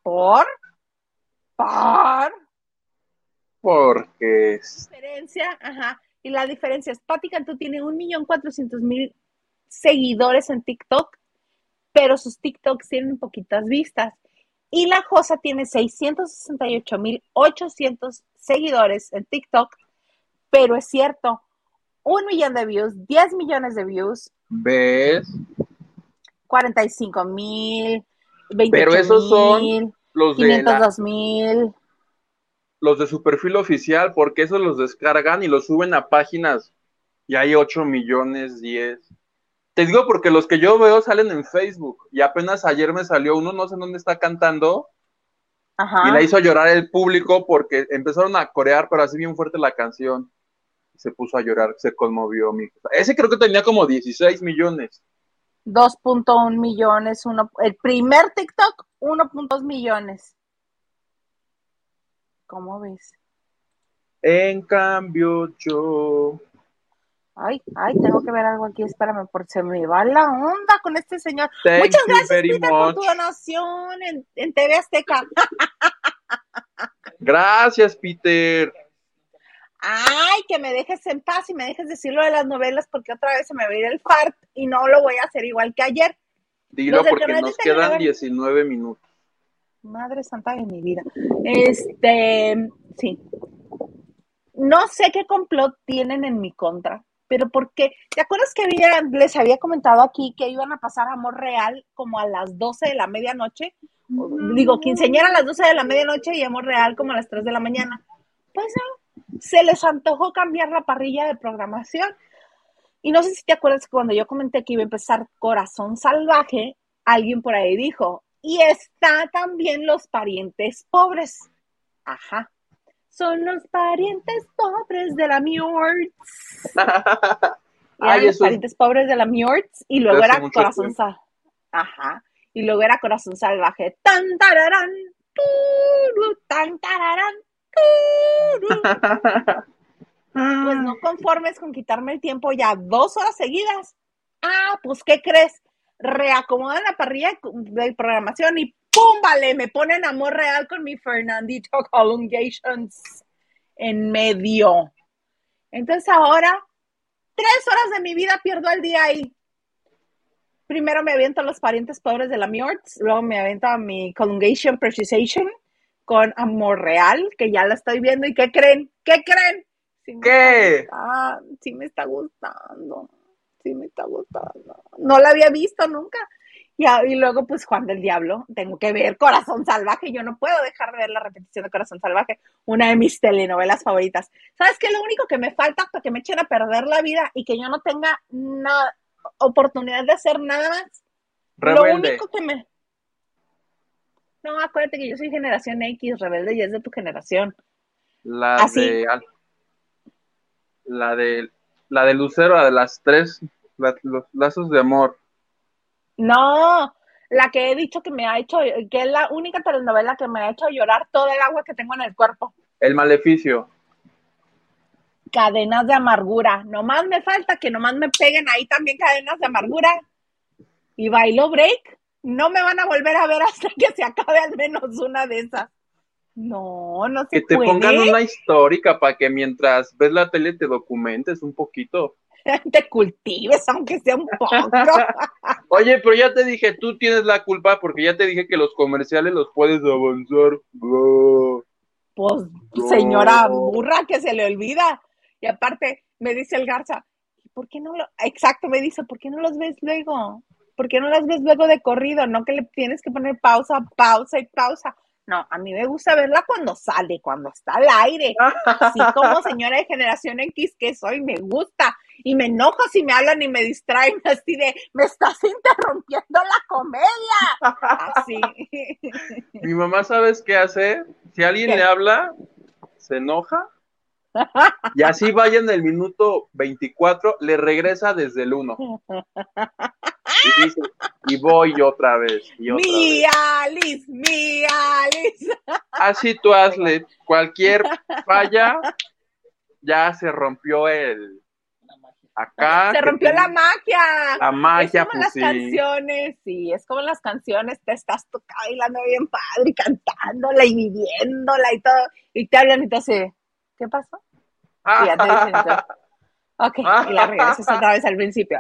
porque y la diferencia es Patti Cantú tiene 1,400,000 seguidores en TikTok, pero sus TikToks tienen poquitas vistas, y La Josa tiene 668,800 seguidores en TikTok, pero es cierto, 1 millón de views, 10 millones de views. ¿Ves? 45,000, 28,000. Pero esos son los 502,000. Los de su perfil oficial, porque esos los descargan y los suben a páginas y hay 8 millones, 10. Te digo porque los que yo veo salen en Facebook y apenas ayer me salió uno, no sé en dónde está cantando. Ajá. Y la hizo llorar el público porque empezaron a corear, pero así bien fuerte la canción. Se puso a llorar, se conmovió. Ese creo que tenía como 16 millones. 2.1 millones, el primer TikTok, 1.2 millones. ¿Cómo ves? En cambio yo... Ay, tengo que ver algo aquí, espérame, porque se me va la onda con este señor. Muchas gracias, Peter, por tu donación en TV Azteca. Gracias, Peter. Ay, que me dejes en paz y me dejes decir lo de las novelas, porque otra vez se me va a ir el fart y no lo voy a hacer igual que ayer. Dilo porque nos quedan 19 minutos. Madre santa de mi vida. Sí. No sé qué complot tienen en mi contra, pero porque, ¿te acuerdas que les había comentado aquí que iban a pasar Amor Real como a las 12 de la medianoche? Digo, quinceañera a las 12 de la medianoche y Amor Real como a las 3 de la mañana. Pues no, se les antojó cambiar la parrilla de programación. Y no sé si te acuerdas que cuando yo comenté que iba a empezar Corazón Salvaje, alguien por ahí dijo, y está también Los Parientes Pobres. Ajá. Son los parientes pobres de la Miorts. Los parientes pobres de la Miorts. Y luego era Corazón Salvaje. Ajá. Y luego era Corazón Salvaje. Tan tararán. Tan tararán. Pues no conformes con quitarme el tiempo ya 2 horas seguidas. Pues ¿qué crees? Reacomodan la parrilla de programación y ¡pum! Vale, me ponen Amor Real con mi Fernandito Colungations en medio. Entonces ahora 3 horas de mi vida pierdo el día ahí. Primero me aviento Los Parientes Pobres de la Miorts, luego me aviento a mi Colungation Precision con Amor Real, que ya la estoy viendo. ¿Y qué creen? Sí ¿Qué? Sí me está gustando. No la había visto nunca. Y luego, pues, Juan del Diablo. Tengo que ver Corazón Salvaje. Yo no puedo dejar de ver la repetición de Corazón Salvaje, una de mis telenovelas favoritas. ¿Sabes qué? Lo único que me falta para que me echen a perder la vida y que yo no tenga oportunidad de hacer nada más. Rebelde. Lo único que No, acuérdate que yo soy generación X, Rebelde ya es de tu generación. La de Lucero, la de las 3, los lazos de amor. No, la que he dicho que me ha hecho, que es la única telenovela que me ha hecho llorar todo el agua que tengo en el cuerpo. El Maleficio. Cadenas de Amargura. Nomás me falta que nomás me peguen ahí también Cadenas de Amargura. Y Bailo Break. No me van a volver a ver hasta que se acabe al menos una de esas. No se puede. Que te pongan una histórica para que mientras ves la tele te documentes un poquito. Te cultives, aunque sea un poco. Oye, pero ya te dije, tú tienes la culpa porque ya te dije que los comerciales los puedes avanzar. Pues, señora burra, que se le olvida. Y aparte, me dice el Garza, ¿por qué no Exacto, me dice, ¿por qué no los ves luego? ¿Por qué no las ves luego de corrido? No que le tienes que poner pausa. No, a mí me gusta verla cuando sale, cuando está al aire. Así como señora de generación X que soy, me gusta. Y me enojo si me hablan y me distraen así de, me estás interrumpiendo la comedia. Así. Mi mamá, ¿sabes qué hace? Si alguien le habla, se enoja. Y así vaya en el minuto 24, le regresa desde el 1. Y dice, y voy otra vez. Mi Alice. Así tú hazle. Cualquier falla, ya se rompió acá. Se rompió la magia. La magia, es como las canciones, sí, es como las canciones, te estás bailando bien padre y cantándola y viviéndola y todo, y te hablan y te hace, ¿qué pasó? Y ya te dicen, ok, y la regresas otra vez al principio.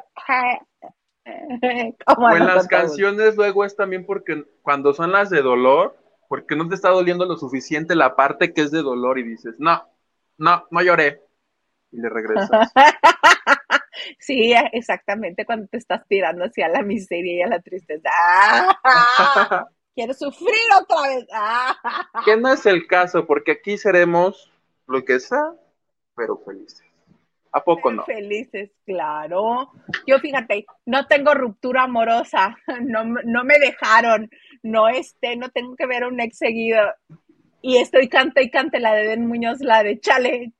O en las canciones luego es también porque cuando son las de dolor, porque no te está doliendo lo suficiente la parte que es de dolor y dices, no lloré. Y le regresas. Sí, exactamente, cuando te estás tirando hacia la miseria y a la tristeza. Quiero sufrir otra vez. Que no es el caso, porque aquí seremos lo que sea, pero felices. ¿A poco no? Felices, claro. Yo, fíjate, no tengo ruptura amorosa, no me dejaron, no tengo que ver a un ex seguido. Y estoy cante y cante la de Den Muñoz, la de chale,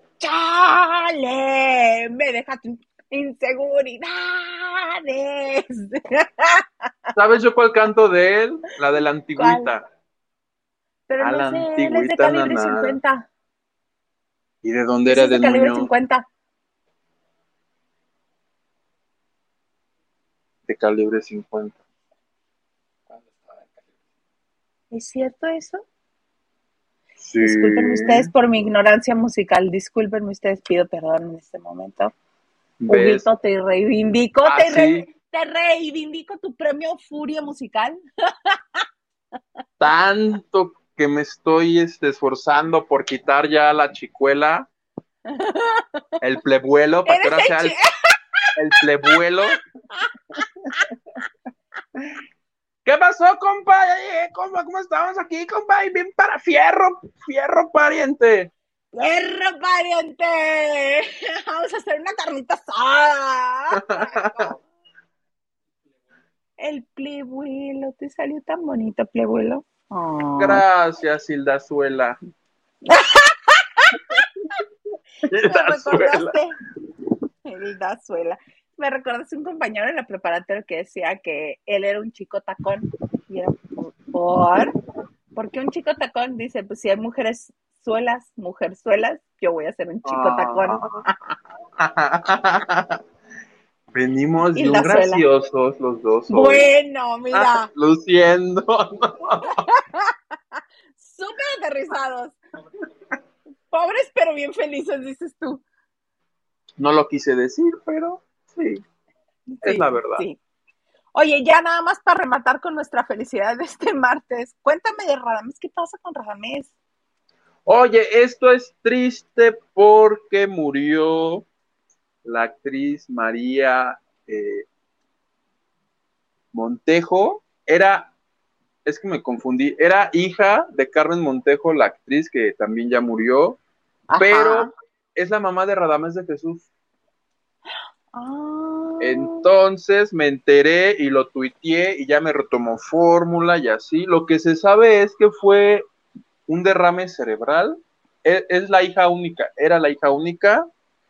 me dejaste inseguridades. ¿Sabes yo cuál canto de él? La de la antigüita. ¿Cuál? Pero A no la es él, es de antigüita, calibre nana. 50. ¿Y de dónde Ese era es de Den calibre Muñoz? 50. De calibre 50. ¿Es cierto eso? Sí. Discúlpenme ustedes por mi ignorancia musical. Discúlpenme ustedes, pido perdón en este momento. ¿Ves? Huguito, te reivindico. Sí. Te reivindico tu premio Furia Musical. Tanto que me estoy esforzando por quitar ya la chicuela, el plebuelo, para que ahora sea el plebuelo. ¿Qué pasó, compa? ¿Cómo estamos aquí, compa? Y bien para fierro, pariente. ¡Fierro, pariente! Vamos a hacer una carnita asada. El plebuelo, te salió tan bonito, plebuelo. Oh. Gracias, Hildazuela. Hildazuela. Me recordaste un compañero en la preparatoria que decía que él era un chico tacón. Y era ¿por qué un chico tacón? Dice, pues si hay mujerzuelas, yo voy a ser un chico tacón. Venimos bien graciosos los dos hoy. Bueno, mira. Luciendo. Súper aterrizados. Pobres pero bien felices, dices tú. No lo quise decir, pero sí, es la verdad. Sí. Oye, ya nada más para rematar con nuestra felicidad de este martes, cuéntame de Radamés, ¿qué pasa con Radamés? Oye, esto es triste porque murió la actriz María Montejo. Es que me confundí, era hija de Carmen Montejo, la actriz que también ya murió, Ajá. Pero es la mamá de Radamés de Jesús. Entonces me enteré y lo tuiteé y ya me retomó fórmula y así. Lo que se sabe es que fue un derrame cerebral. Es la hija única, era la hija única.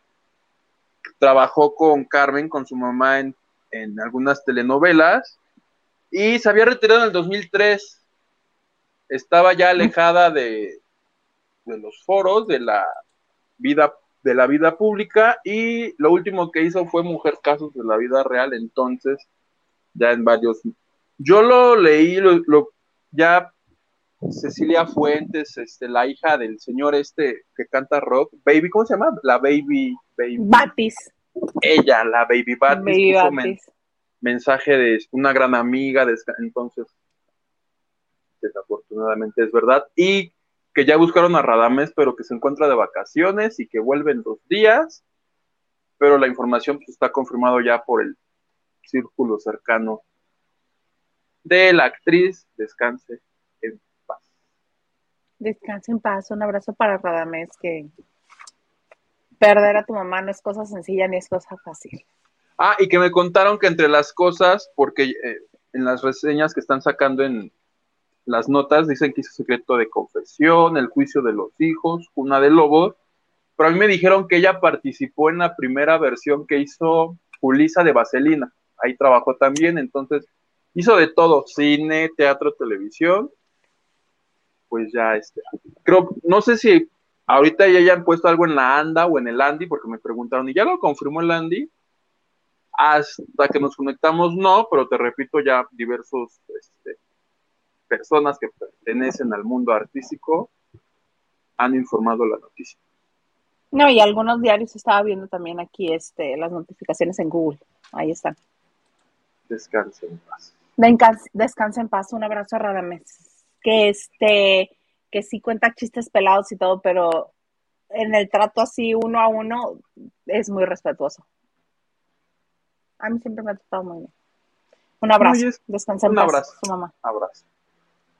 Trabajó con Carmen, con su mamá en algunas telenovelas y se había retirado en el 2003. Estaba ya alejada de los foros, de la vida pública, y lo último que hizo fue Mujer Casos de la Vida Real. Entonces ya en varios, yo lo leí, ya Cecilia Fuentes, la hija del señor que canta rock, Baby, ¿cómo se llama? La Baby Batis. Ella, la Baby Batis, puso mensaje de una gran amiga, entonces desafortunadamente es verdad, y que ya buscaron a Radamés, pero que se encuentra de vacaciones y que vuelve en 2 días, pero la información pues, está confirmado ya por el círculo cercano de la actriz. Descanse en paz. Descanse en paz, un abrazo para Radamés, que perder a tu mamá no es cosa sencilla ni es cosa fácil. Y que me contaron que entre las cosas, porque en las reseñas que están sacando en las notas, dicen que hizo Secreto de Confesión, El Juicio de los Hijos, Cuna de Lobos, pero a mí me dijeron que ella participó en la primera versión que hizo Julissa de Vaselina, ahí trabajó también, entonces hizo de todo, cine, teatro, televisión, pues ya creo, no sé si ahorita ya hayan puesto algo en la ANDA o en el Andy, porque me preguntaron, ¿y ya lo confirmó el Andy? Hasta que nos conectamos, no, pero te repito, ya diversos personas que pertenecen al mundo artístico han informado la noticia. No, y algunos diarios estaba viendo también aquí las notificaciones en Google. Ahí están. Descanse en paz. Descanse en paz. Un abrazo a Radamés. Que sí cuenta chistes pelados y todo, pero en el trato así uno a uno es muy respetuoso. A mí siempre me ha tratado muy bien. Un abrazo. Descanse en paz. Un abrazo. Su mamá. Abrazo.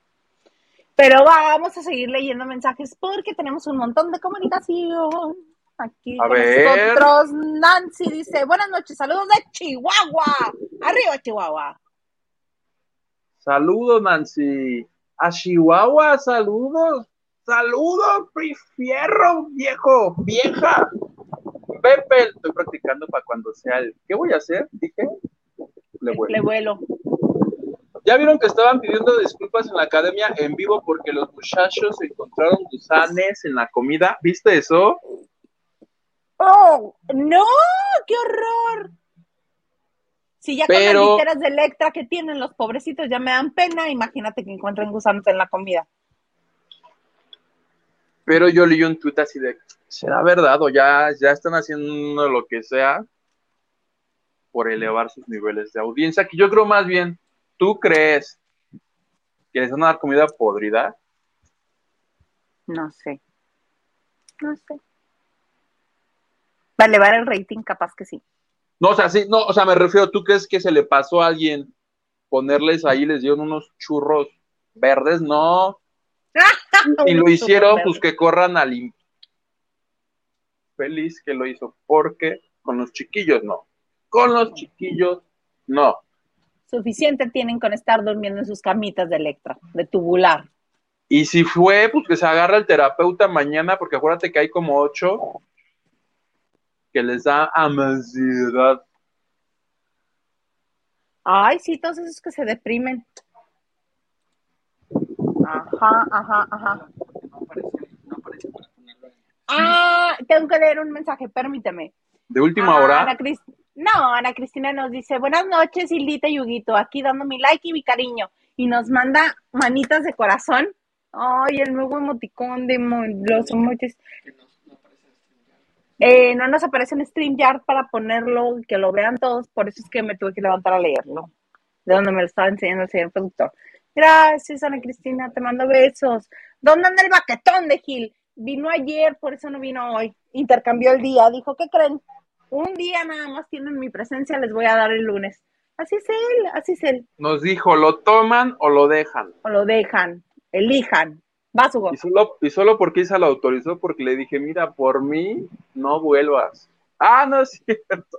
Pero vamos a seguir leyendo mensajes porque tenemos un montón de comunicación. aquí A con ver. nosotros. Nancy dice, buenas noches, saludos de Chihuahua. Arriba, Chihuahua. Saludos, Nancy. A Chihuahua, saludos. Saludos, Fierro, viejo, vieja. Pepe, estoy practicando para cuando sea el... ¿Qué voy a hacer? Dije, le vuelo. Ya vieron que estaban pidiendo disculpas en la academia en vivo porque los muchachos encontraron gusanes en la comida. ¿Viste eso? ¡Oh, no! ¡Qué horror! Si ya con las literas de Electra que tienen los pobrecitos ya me dan pena, imagínate que encuentren gusanos en la comida. Pero yo leí un tuit así de, ¿será verdad o ya están haciendo lo que sea por elevar sus niveles de audiencia? Que yo creo más bien, ¿tú crees que les van a dar comida podrida? No sé. ¿Va a elevar el rating? Capaz que sí. No, o sea, sí, no, o sea, me refiero, ¿tú crees que se le pasó a alguien ponerles ahí, les dieron unos churros verdes? No. Y lo hicieron, pues que corran al feliz que lo hizo, porque con los chiquillos no. Con los chiquillos no. Suficiente tienen con estar durmiendo en sus camitas de Electra, de tubular. Y si fue, pues que se agarra el terapeuta mañana, porque acuérdate que hay como 8 que les da ansiedad. Ay, sí, todos esos que se deprimen. Ajá. Tengo que leer un mensaje, permíteme. ¿De última hora? Ana Cristina nos dice, buenas noches, Hildita y Huguito, aquí dando mi like y mi cariño. Y nos manda manitas de corazón. Ay, el nuevo emoticón de los emojis. No nos aparece en StreamYard para ponerlo, que lo vean todos, por eso es que me tuve que levantar a leerlo, de donde me lo estaba enseñando el señor productor. Gracias, Ana Cristina, te mando besos. ¿Dónde anda el baquetón de Gil? Vino ayer, por eso no vino hoy. Intercambió el día, dijo, ¿qué creen? Un día nada más tienen mi presencia, les voy a dar el lunes. Así es él. Nos dijo, ¿lo toman o lo dejan? O lo dejan, elijan. Va, Hugo. Y solo porque Isa lo autorizó, porque le dije, mira, por mí, no vuelvas. Ah, no es cierto.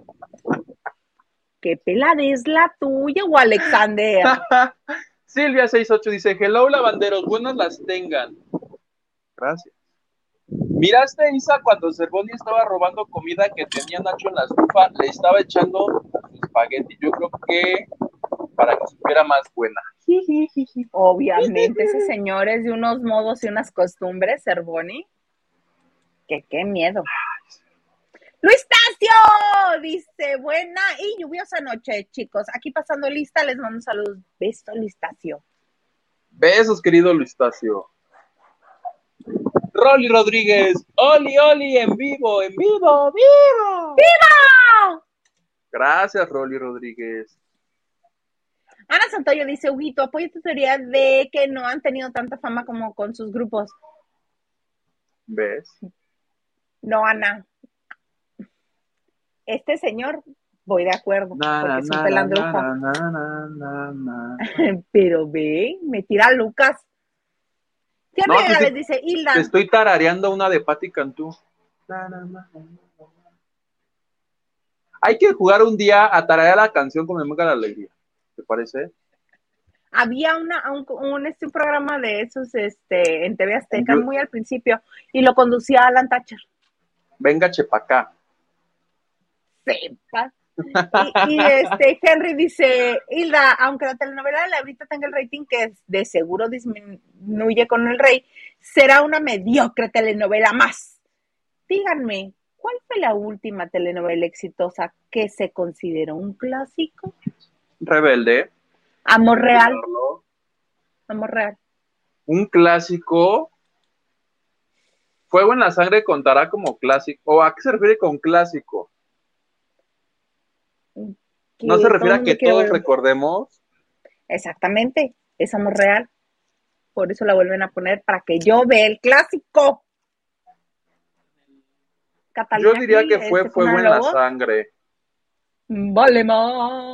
¿Qué peladez la tuya o Alexander? Silvia 68 dice, hello lavanderos, buenas las tengan. Gracias. ¿Miraste, Isa, cuando Cervoni estaba robando comida que tenía Nacho en la estufa? Le estaba echando su espagueti. Yo creo que para que supiera más buena. Obviamente, ese señor es de unos modos y unas costumbres, Cervoni. Qué miedo. Luis Tacio dice, buena y lluviosa noche, chicos. Aquí pasando lista, les mando saludos. Besos, Luis Tacio. Besos, querido Luis Tacio. Rolly Rodríguez, Oli, en vivo. Gracias, Rolly Rodríguez. Ana Santoyo dice, Huguito, apoya tu teoría de que no han tenido tanta fama como con sus grupos. ¿Ves? No, Ana. Este señor, voy de acuerdo, porque es un pelandrujo. Pero ve, me tira Lucas. ¿Qué les dice Hilda? Te estoy tarareando una de Patti Cantú. Hay que jugar un día a tararear la canción con Venga la Alegría. ¿Te parece? Había un programa de esos en TV Azteca muy al principio y lo conducía Alan Thatcher. Venga, Chepacá. Sepa. Y Henry dice, Hilda, aunque la telenovela de la ahorita tenga el rating que de seguro disminuye con el rey, será una mediocre telenovela más. Díganme, ¿cuál fue la última telenovela exitosa que se consideró un clásico? Rebelde. Amor Real. Un clásico. Fuego en la Sangre contará como clásico. ¿O a qué se refiere con clásico? ¿No se refiere a que todos recordemos? Exactamente, es Amor Real. Por eso la vuelven a poner, para que yo vea el clásico. Catalina, yo diría que fue Fuego en la Sangre. Vale más.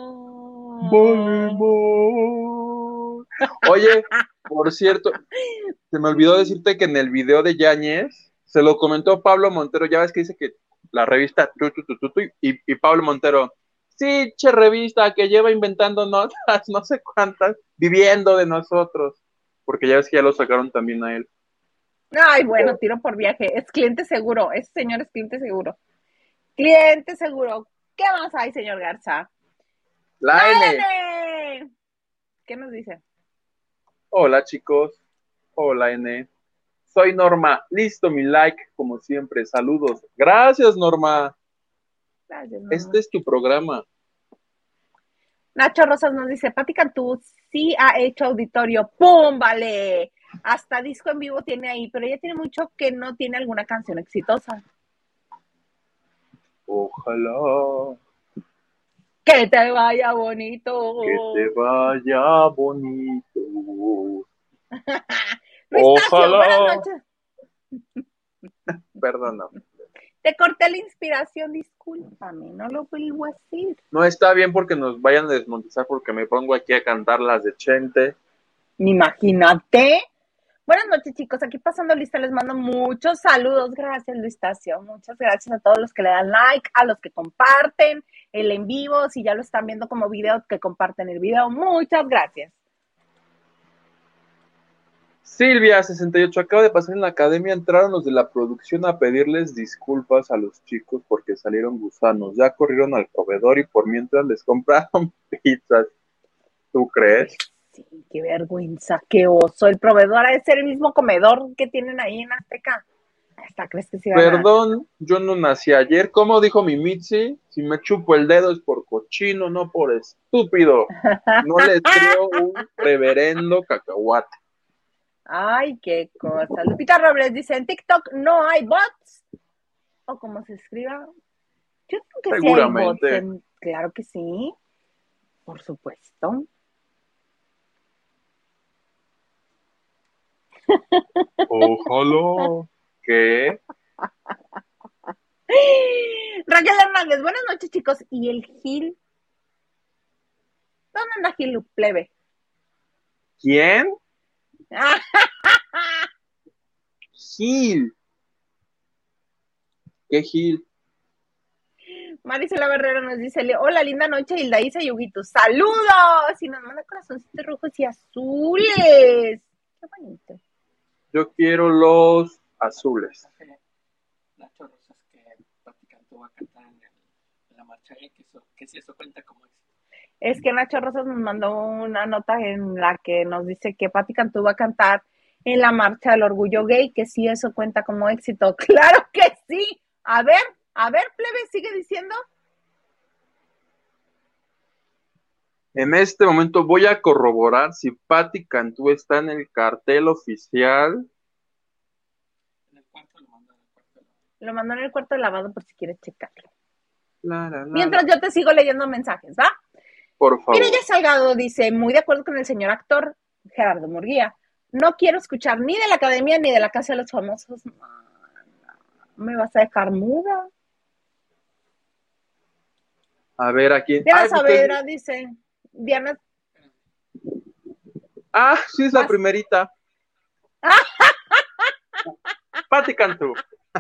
Oye, por cierto, se me olvidó decirte que en el video de Yáñez Se lo comentó Pablo Montero, ya ves que dice que la revista y Pablo Montero, sí, che revista que lleva inventando notas, no sé cuántas, viviendo de nosotros, porque ya ves que ya lo sacaron también a él. Ay, bueno, tiro por viaje, es cliente seguro, ese señor es cliente seguro. Cliente seguro. ¿Qué más hay, señor Garza? La N. ¿Qué nos dice? Hola chicos, hola N. Soy Norma, listo mi like, como siempre, saludos. Gracias Norma. Gracias, Norma. Este es tu programa. Nacho Rosas nos dice, Pati Cantú sí ha hecho auditorio, ¡pum! Vale. Hasta disco en vivo tiene ahí, pero ella tiene mucho que no tiene alguna canción exitosa. Ojalá. Que te vaya bonito. Que te vaya bonito. Luistacio, buenas noches. Perdona. Te corté la inspiración, discúlpame, no lo vuelvo a decir. No está bien porque nos vayan a desmonetizar porque me pongo aquí a cantar las de Chente. Imagínate. Buenas noches, chicos. Aquí pasando lista, les mando muchos saludos. Gracias, Luistacio. Muchas gracias a todos los que le dan like, a los que comparten el en vivo. Si ya lo están viendo como video, que comparten el video. Muchas gracias. Silvia, 68, acaba de pasar en la academia, entraron los de la producción a pedirles disculpas a los chicos porque salieron gusanos, ya corrieron al proveedor y por mientras les compraron pizzas. ¿Tú crees? Sí, qué vergüenza, qué oso. El proveedor ha de ser el mismo comedor que tienen ahí en Azteca. Hasta crees que se van Perdón, yo no nací ayer. ¿Cómo dijo mi Mitzi? Si me chupo el dedo es por cochino, no por estúpido. No les creo un reverendo cacahuate. Ay, qué cosa. Lupita Robles dice, en TikTok no hay bots. O como se escriba. Yo creo que sí hay bots. Claro que sí. Por supuesto. Ojalá. ¿Qué? Raquel Hernández, buenas noches, chicos. ¿Y el Gil? ¿Dónde anda Gil, plebe? ¿Quién? Gil. ¿Qué Gil? Marisela Barrera nos dice, hola, linda noche, Hilda Isa y Huguito. ¡Saludos! Y nos manda corazoncitos rojos y azules. Qué bonito. Yo quiero los azules. Nacho Rosas, que Pati Cantú va a cantar en la marcha, que si eso cuenta como éxito. Es que Nacho Rosas nos mandó una nota en la que nos dice que Pati Cantú va a cantar en la marcha del orgullo gay, que si eso cuenta como éxito. ¡Claro que sí! A ver, plebe, sigue diciendo. En este momento voy a corroborar si Pati Cantú está en el cartel oficial. En el cuarto lo mandó en el cuarto de lavado. Lo mandó en el cuarto de lavado por si quieres checarlo. La. Mientras yo te sigo leyendo mensajes, ¿va? Por favor. Mira, ya Salgado dice, muy de acuerdo con el señor actor Gerardo Murguía. No quiero escuchar ni de la academia ni de la casa de los famosos. ¿Me vas a dejar muda? A ver, aquí. Diana Saavedra dice, Diana. Ah, sí, es la primerita. Pati Cantú.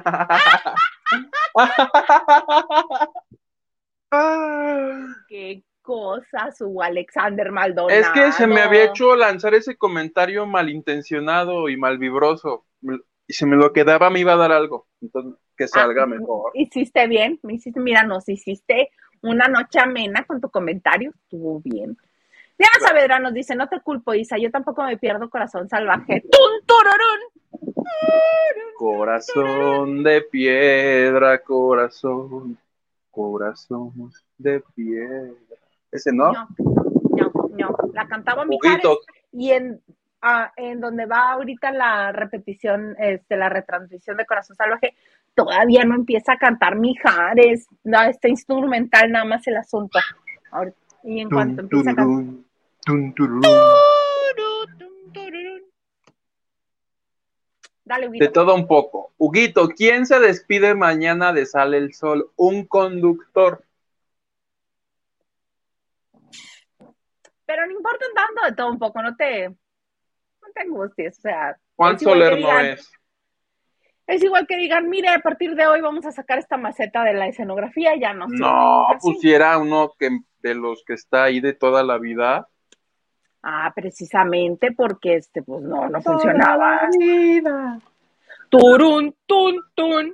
Qué cosa su Alexander Maldonado. Es que se me había hecho lanzar ese comentario malintencionado y malvibroso. Y si me lo quedaba me iba a dar algo. Entonces, que salga mejor. Hiciste bien. Mira, nos hiciste una noche amena con tu comentario. Estuvo bien. Diana Saavedra nos dice, no te culpo, Isa, yo tampoco me pierdo Corazón Salvaje. ¡Tun, tururún! Corazón de piedra, corazón de piedra. ¿Ese no? No. La cantaba Mijares y en donde va ahorita la repetición, la retransmisión de Corazón Salvaje, todavía no empieza a cantar Mijares. No, está instrumental nada más el asunto. Ahorita, y en cuanto empieza a cantar... Dale, Huguito. De todo un poco. Huguito, ¿quién se despide mañana de Sale el Sol? Un conductor. Pero no importa tanto, de todo un poco, no te angusties, o sea. Juan Soler no es. Es igual que digan, mire, a partir de hoy vamos a sacar esta maceta de la escenografía, ya no sé. No, pusiera uno de los que está ahí de toda la vida. Ah, precisamente porque pues no funcionaba. La vida. Turun, tun, tun.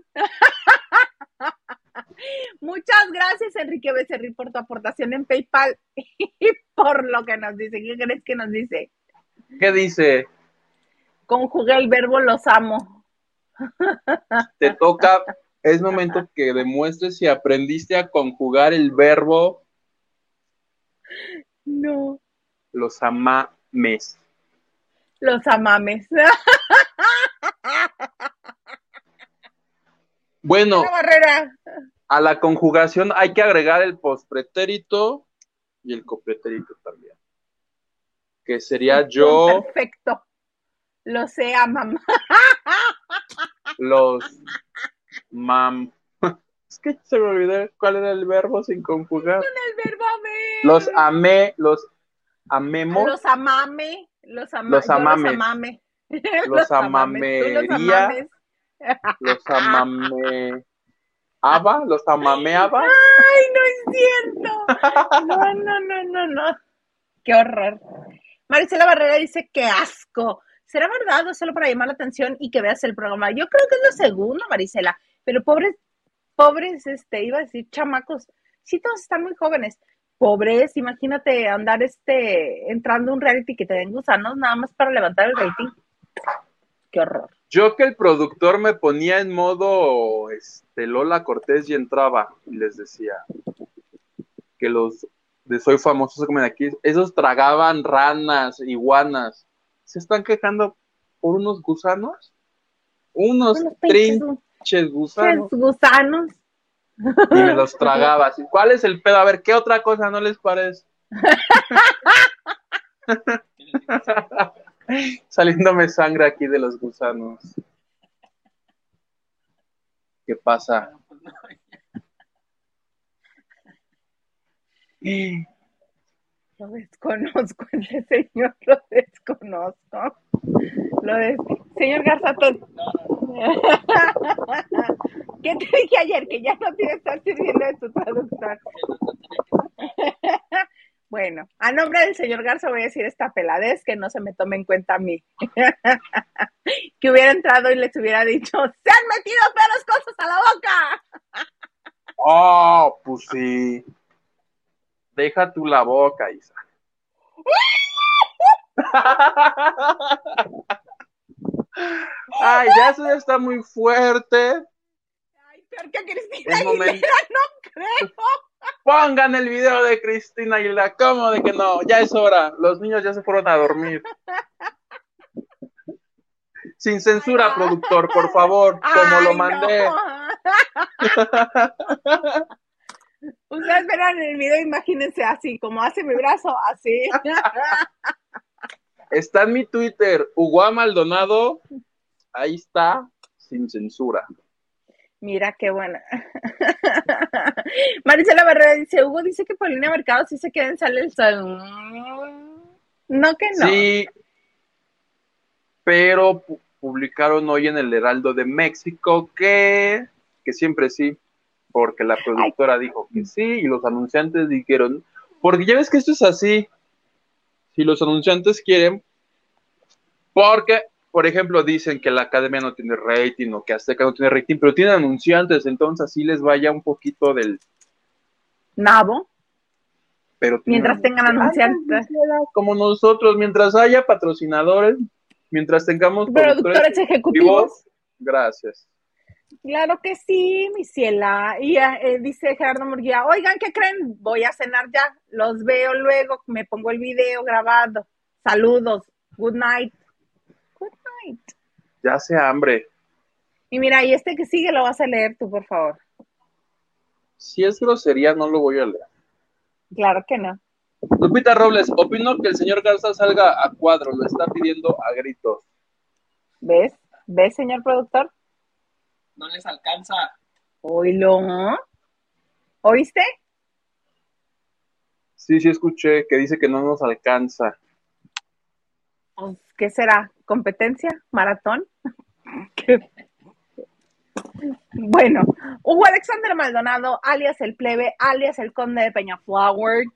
Muchas gracias, Enrique Becerril, por tu aportación en PayPal y por lo que nos dice. ¿Qué crees que nos dice? ¿Qué dice? Conjugué el verbo los amo. Te toca, es momento que demuestres si aprendiste a conjugar el verbo. No. Los amames. Los amames. Bueno, Barrera. A la conjugación hay que agregar el pospretérito y el copretérito también. Que sería yo. Perfecto. Lo sé, mamá. Los mam. Es que se me olvidó cuál era el verbo sin conjugar. Con el verbo amé. Los amé, los amemos. Los amame. Los amames. Los amamería. Los amame. ¿Aba? ¿Los amameaba? ¡Ay, no es cierto! No. ¡Qué horror! Marisela Barrera dice, ¡qué asco! ¿Será verdad o solo para llamar la atención y que veas el programa? Yo creo que es lo segundo, Marisela. Pero pobres, iba a decir chamacos. Sí, todos están muy jóvenes. Pobres, imagínate andar entrando a un reality que te den gusanos nada más para levantar el rating. ¡Qué horror! Yo que el productor me ponía en modo Lola Cortés y entraba y les decía que los de Soy Famoso se comen aquí, esos tragaban ranas, iguanas. ¿Se están quejando por unos gusanos? Unos trinches gusanos. Gusanos. Y me los tragaba. ¿Cuál es el pedo? A ver, ¿qué otra cosa no les parece? Saliéndome sangre aquí de los gusanos. ¿Qué pasa? Lo desconozco, ese señor, lo desconozco. Señor Garzatón. ¿Qué te dije ayer? Que ya no tienes que estar sirviendo de tu traductor. Bueno, a nombre del señor Garza voy a decir esta peladez, que no se me tome en cuenta a mí. Que hubiera entrado y les hubiera dicho, ¡se han metido peores cosas a la boca! Oh, pues sí. Deja tú la boca, Isa. Ay, ya eso ya está muy fuerte. Ay, peor que Cristina Aguilera, no creo. Pongan el video de Cristina Aguilera. ¿Cómo de que no? Ya es hora. Los niños ya se fueron a dormir. Sin censura, productor, por favor, como lo mandé. No. Ustedes verán el video, imagínense así, como hace mi brazo, así. Está en mi Twitter, Hugo Maldonado. Ahí está, sin censura. Mira qué buena. Marisela Barrera dice, Hugo dice que Paulina Mercado sí se queda en Sale el Sol. No que no. Sí, pero publicaron hoy en el Heraldo de México que siempre sí, porque la productora dijo que sí y los anunciantes dijeron, porque ya ves que esto es así, si los anunciantes quieren, porque, por ejemplo, dicen que la Academia no tiene rating o que Azteca no tiene rating, pero tienen anunciantes, entonces así les vaya un poquito del nabo. Pero mientras tengan anunciantes. Como nosotros, mientras haya patrocinadores, mientras tengamos productores ejecutivos. Gracias. Claro que sí, mi ciela. Y dice Gerardo Murguía, oigan, ¿qué creen? Voy a cenar ya. Los veo luego, me pongo el video grabado. Saludos. Good night. Good night. Ya hace hambre. Y mira, y que sigue lo vas a leer tú, por favor. Si es grosería, no lo voy a leer. Claro que no. Lupita Robles, opino que el señor Garza salga a cuadro, lo está pidiendo a gritos. ¿Ves? ¿Ves, señor productor? No les alcanza. Oílo. ¿Oíste? Sí, escuché que dice que no nos alcanza. Pues, ¿qué será? ¿Competencia? ¿Maratón? ¿Qué? Bueno, Hugo Alexander Maldonado, alias el plebe, alias el conde de Peñaflower.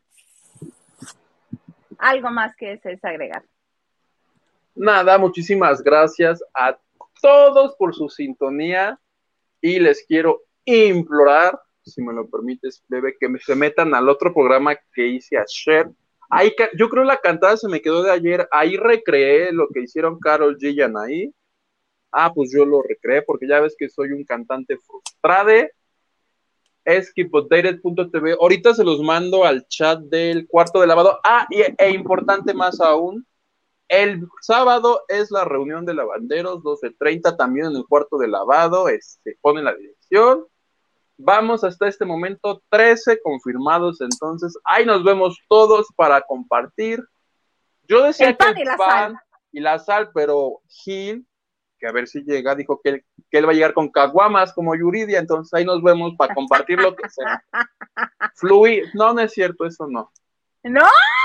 ¿Algo más que desees agregar? Nada, muchísimas gracias a todos por su sintonía y les quiero implorar, si me lo permites, plebe, que se metan al otro programa que hice ayer. Ahí, yo creo la cantada se me quedó de ayer, ahí recreé lo que hicieron Karol G y Anaí. Pues yo lo recreé porque ya ves que soy un cantante frustrado. Es keepupdated.tv. Ahorita se los mando al chat del cuarto de lavado. E importante más aún, el sábado es la reunión de lavanderos, 12:30, también en el cuarto de lavado, ponen la dirección. Vamos hasta este momento 13 confirmados, entonces ahí nos vemos todos para compartir. Yo decía el pan que y la sal. Y la sal, pero Gil, que a ver si llega, dijo que él va a llegar con caguamas como Yuridia, entonces ahí nos vemos para compartir lo que sea. Fluir, no es cierto, eso no. ¡No!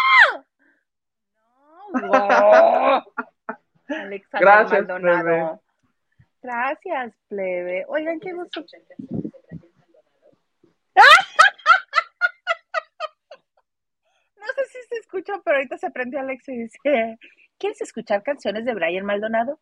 ¡No! Alexander Gracias, Maldonado. plebe. Gracias, plebe. Oigan, qué gusto. No sé si se escucha, pero ahorita se prendió Alex y dice, ¿quieres escuchar canciones de Brian Maldonado?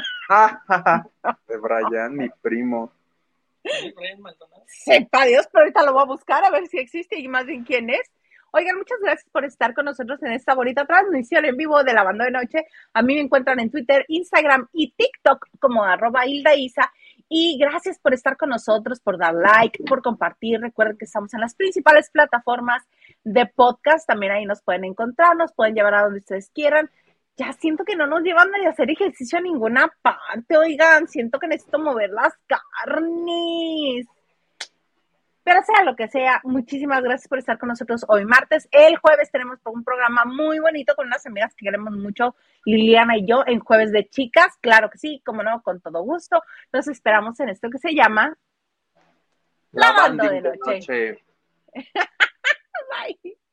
De Brian, mi primo. Brian Maldonado. Sepa Dios, pero ahorita lo voy a buscar a ver si existe y más bien quién es. Oigan, muchas gracias por estar con nosotros en esta bonita transmisión en vivo de Lavando de Noche. A mí me encuentran en Twitter, Instagram y TikTok como @HildaIsa. Y gracias por estar con nosotros, por dar like, por compartir. Recuerden que estamos en las principales plataformas de podcast. También ahí nos pueden encontrar, nos pueden llevar a donde ustedes quieran. Ya siento que no nos llevan a hacer ejercicio a ninguna parte, oigan. Siento que necesito mover las carnes. Pero sea lo que sea, muchísimas gracias por estar con nosotros hoy martes. El jueves tenemos un programa muy bonito con unas amigas que queremos mucho, Liliana y yo, en Jueves de Chicas. Claro que sí, como no, con todo gusto. Nos esperamos en esto que se llama Lavando de Noche. Bye.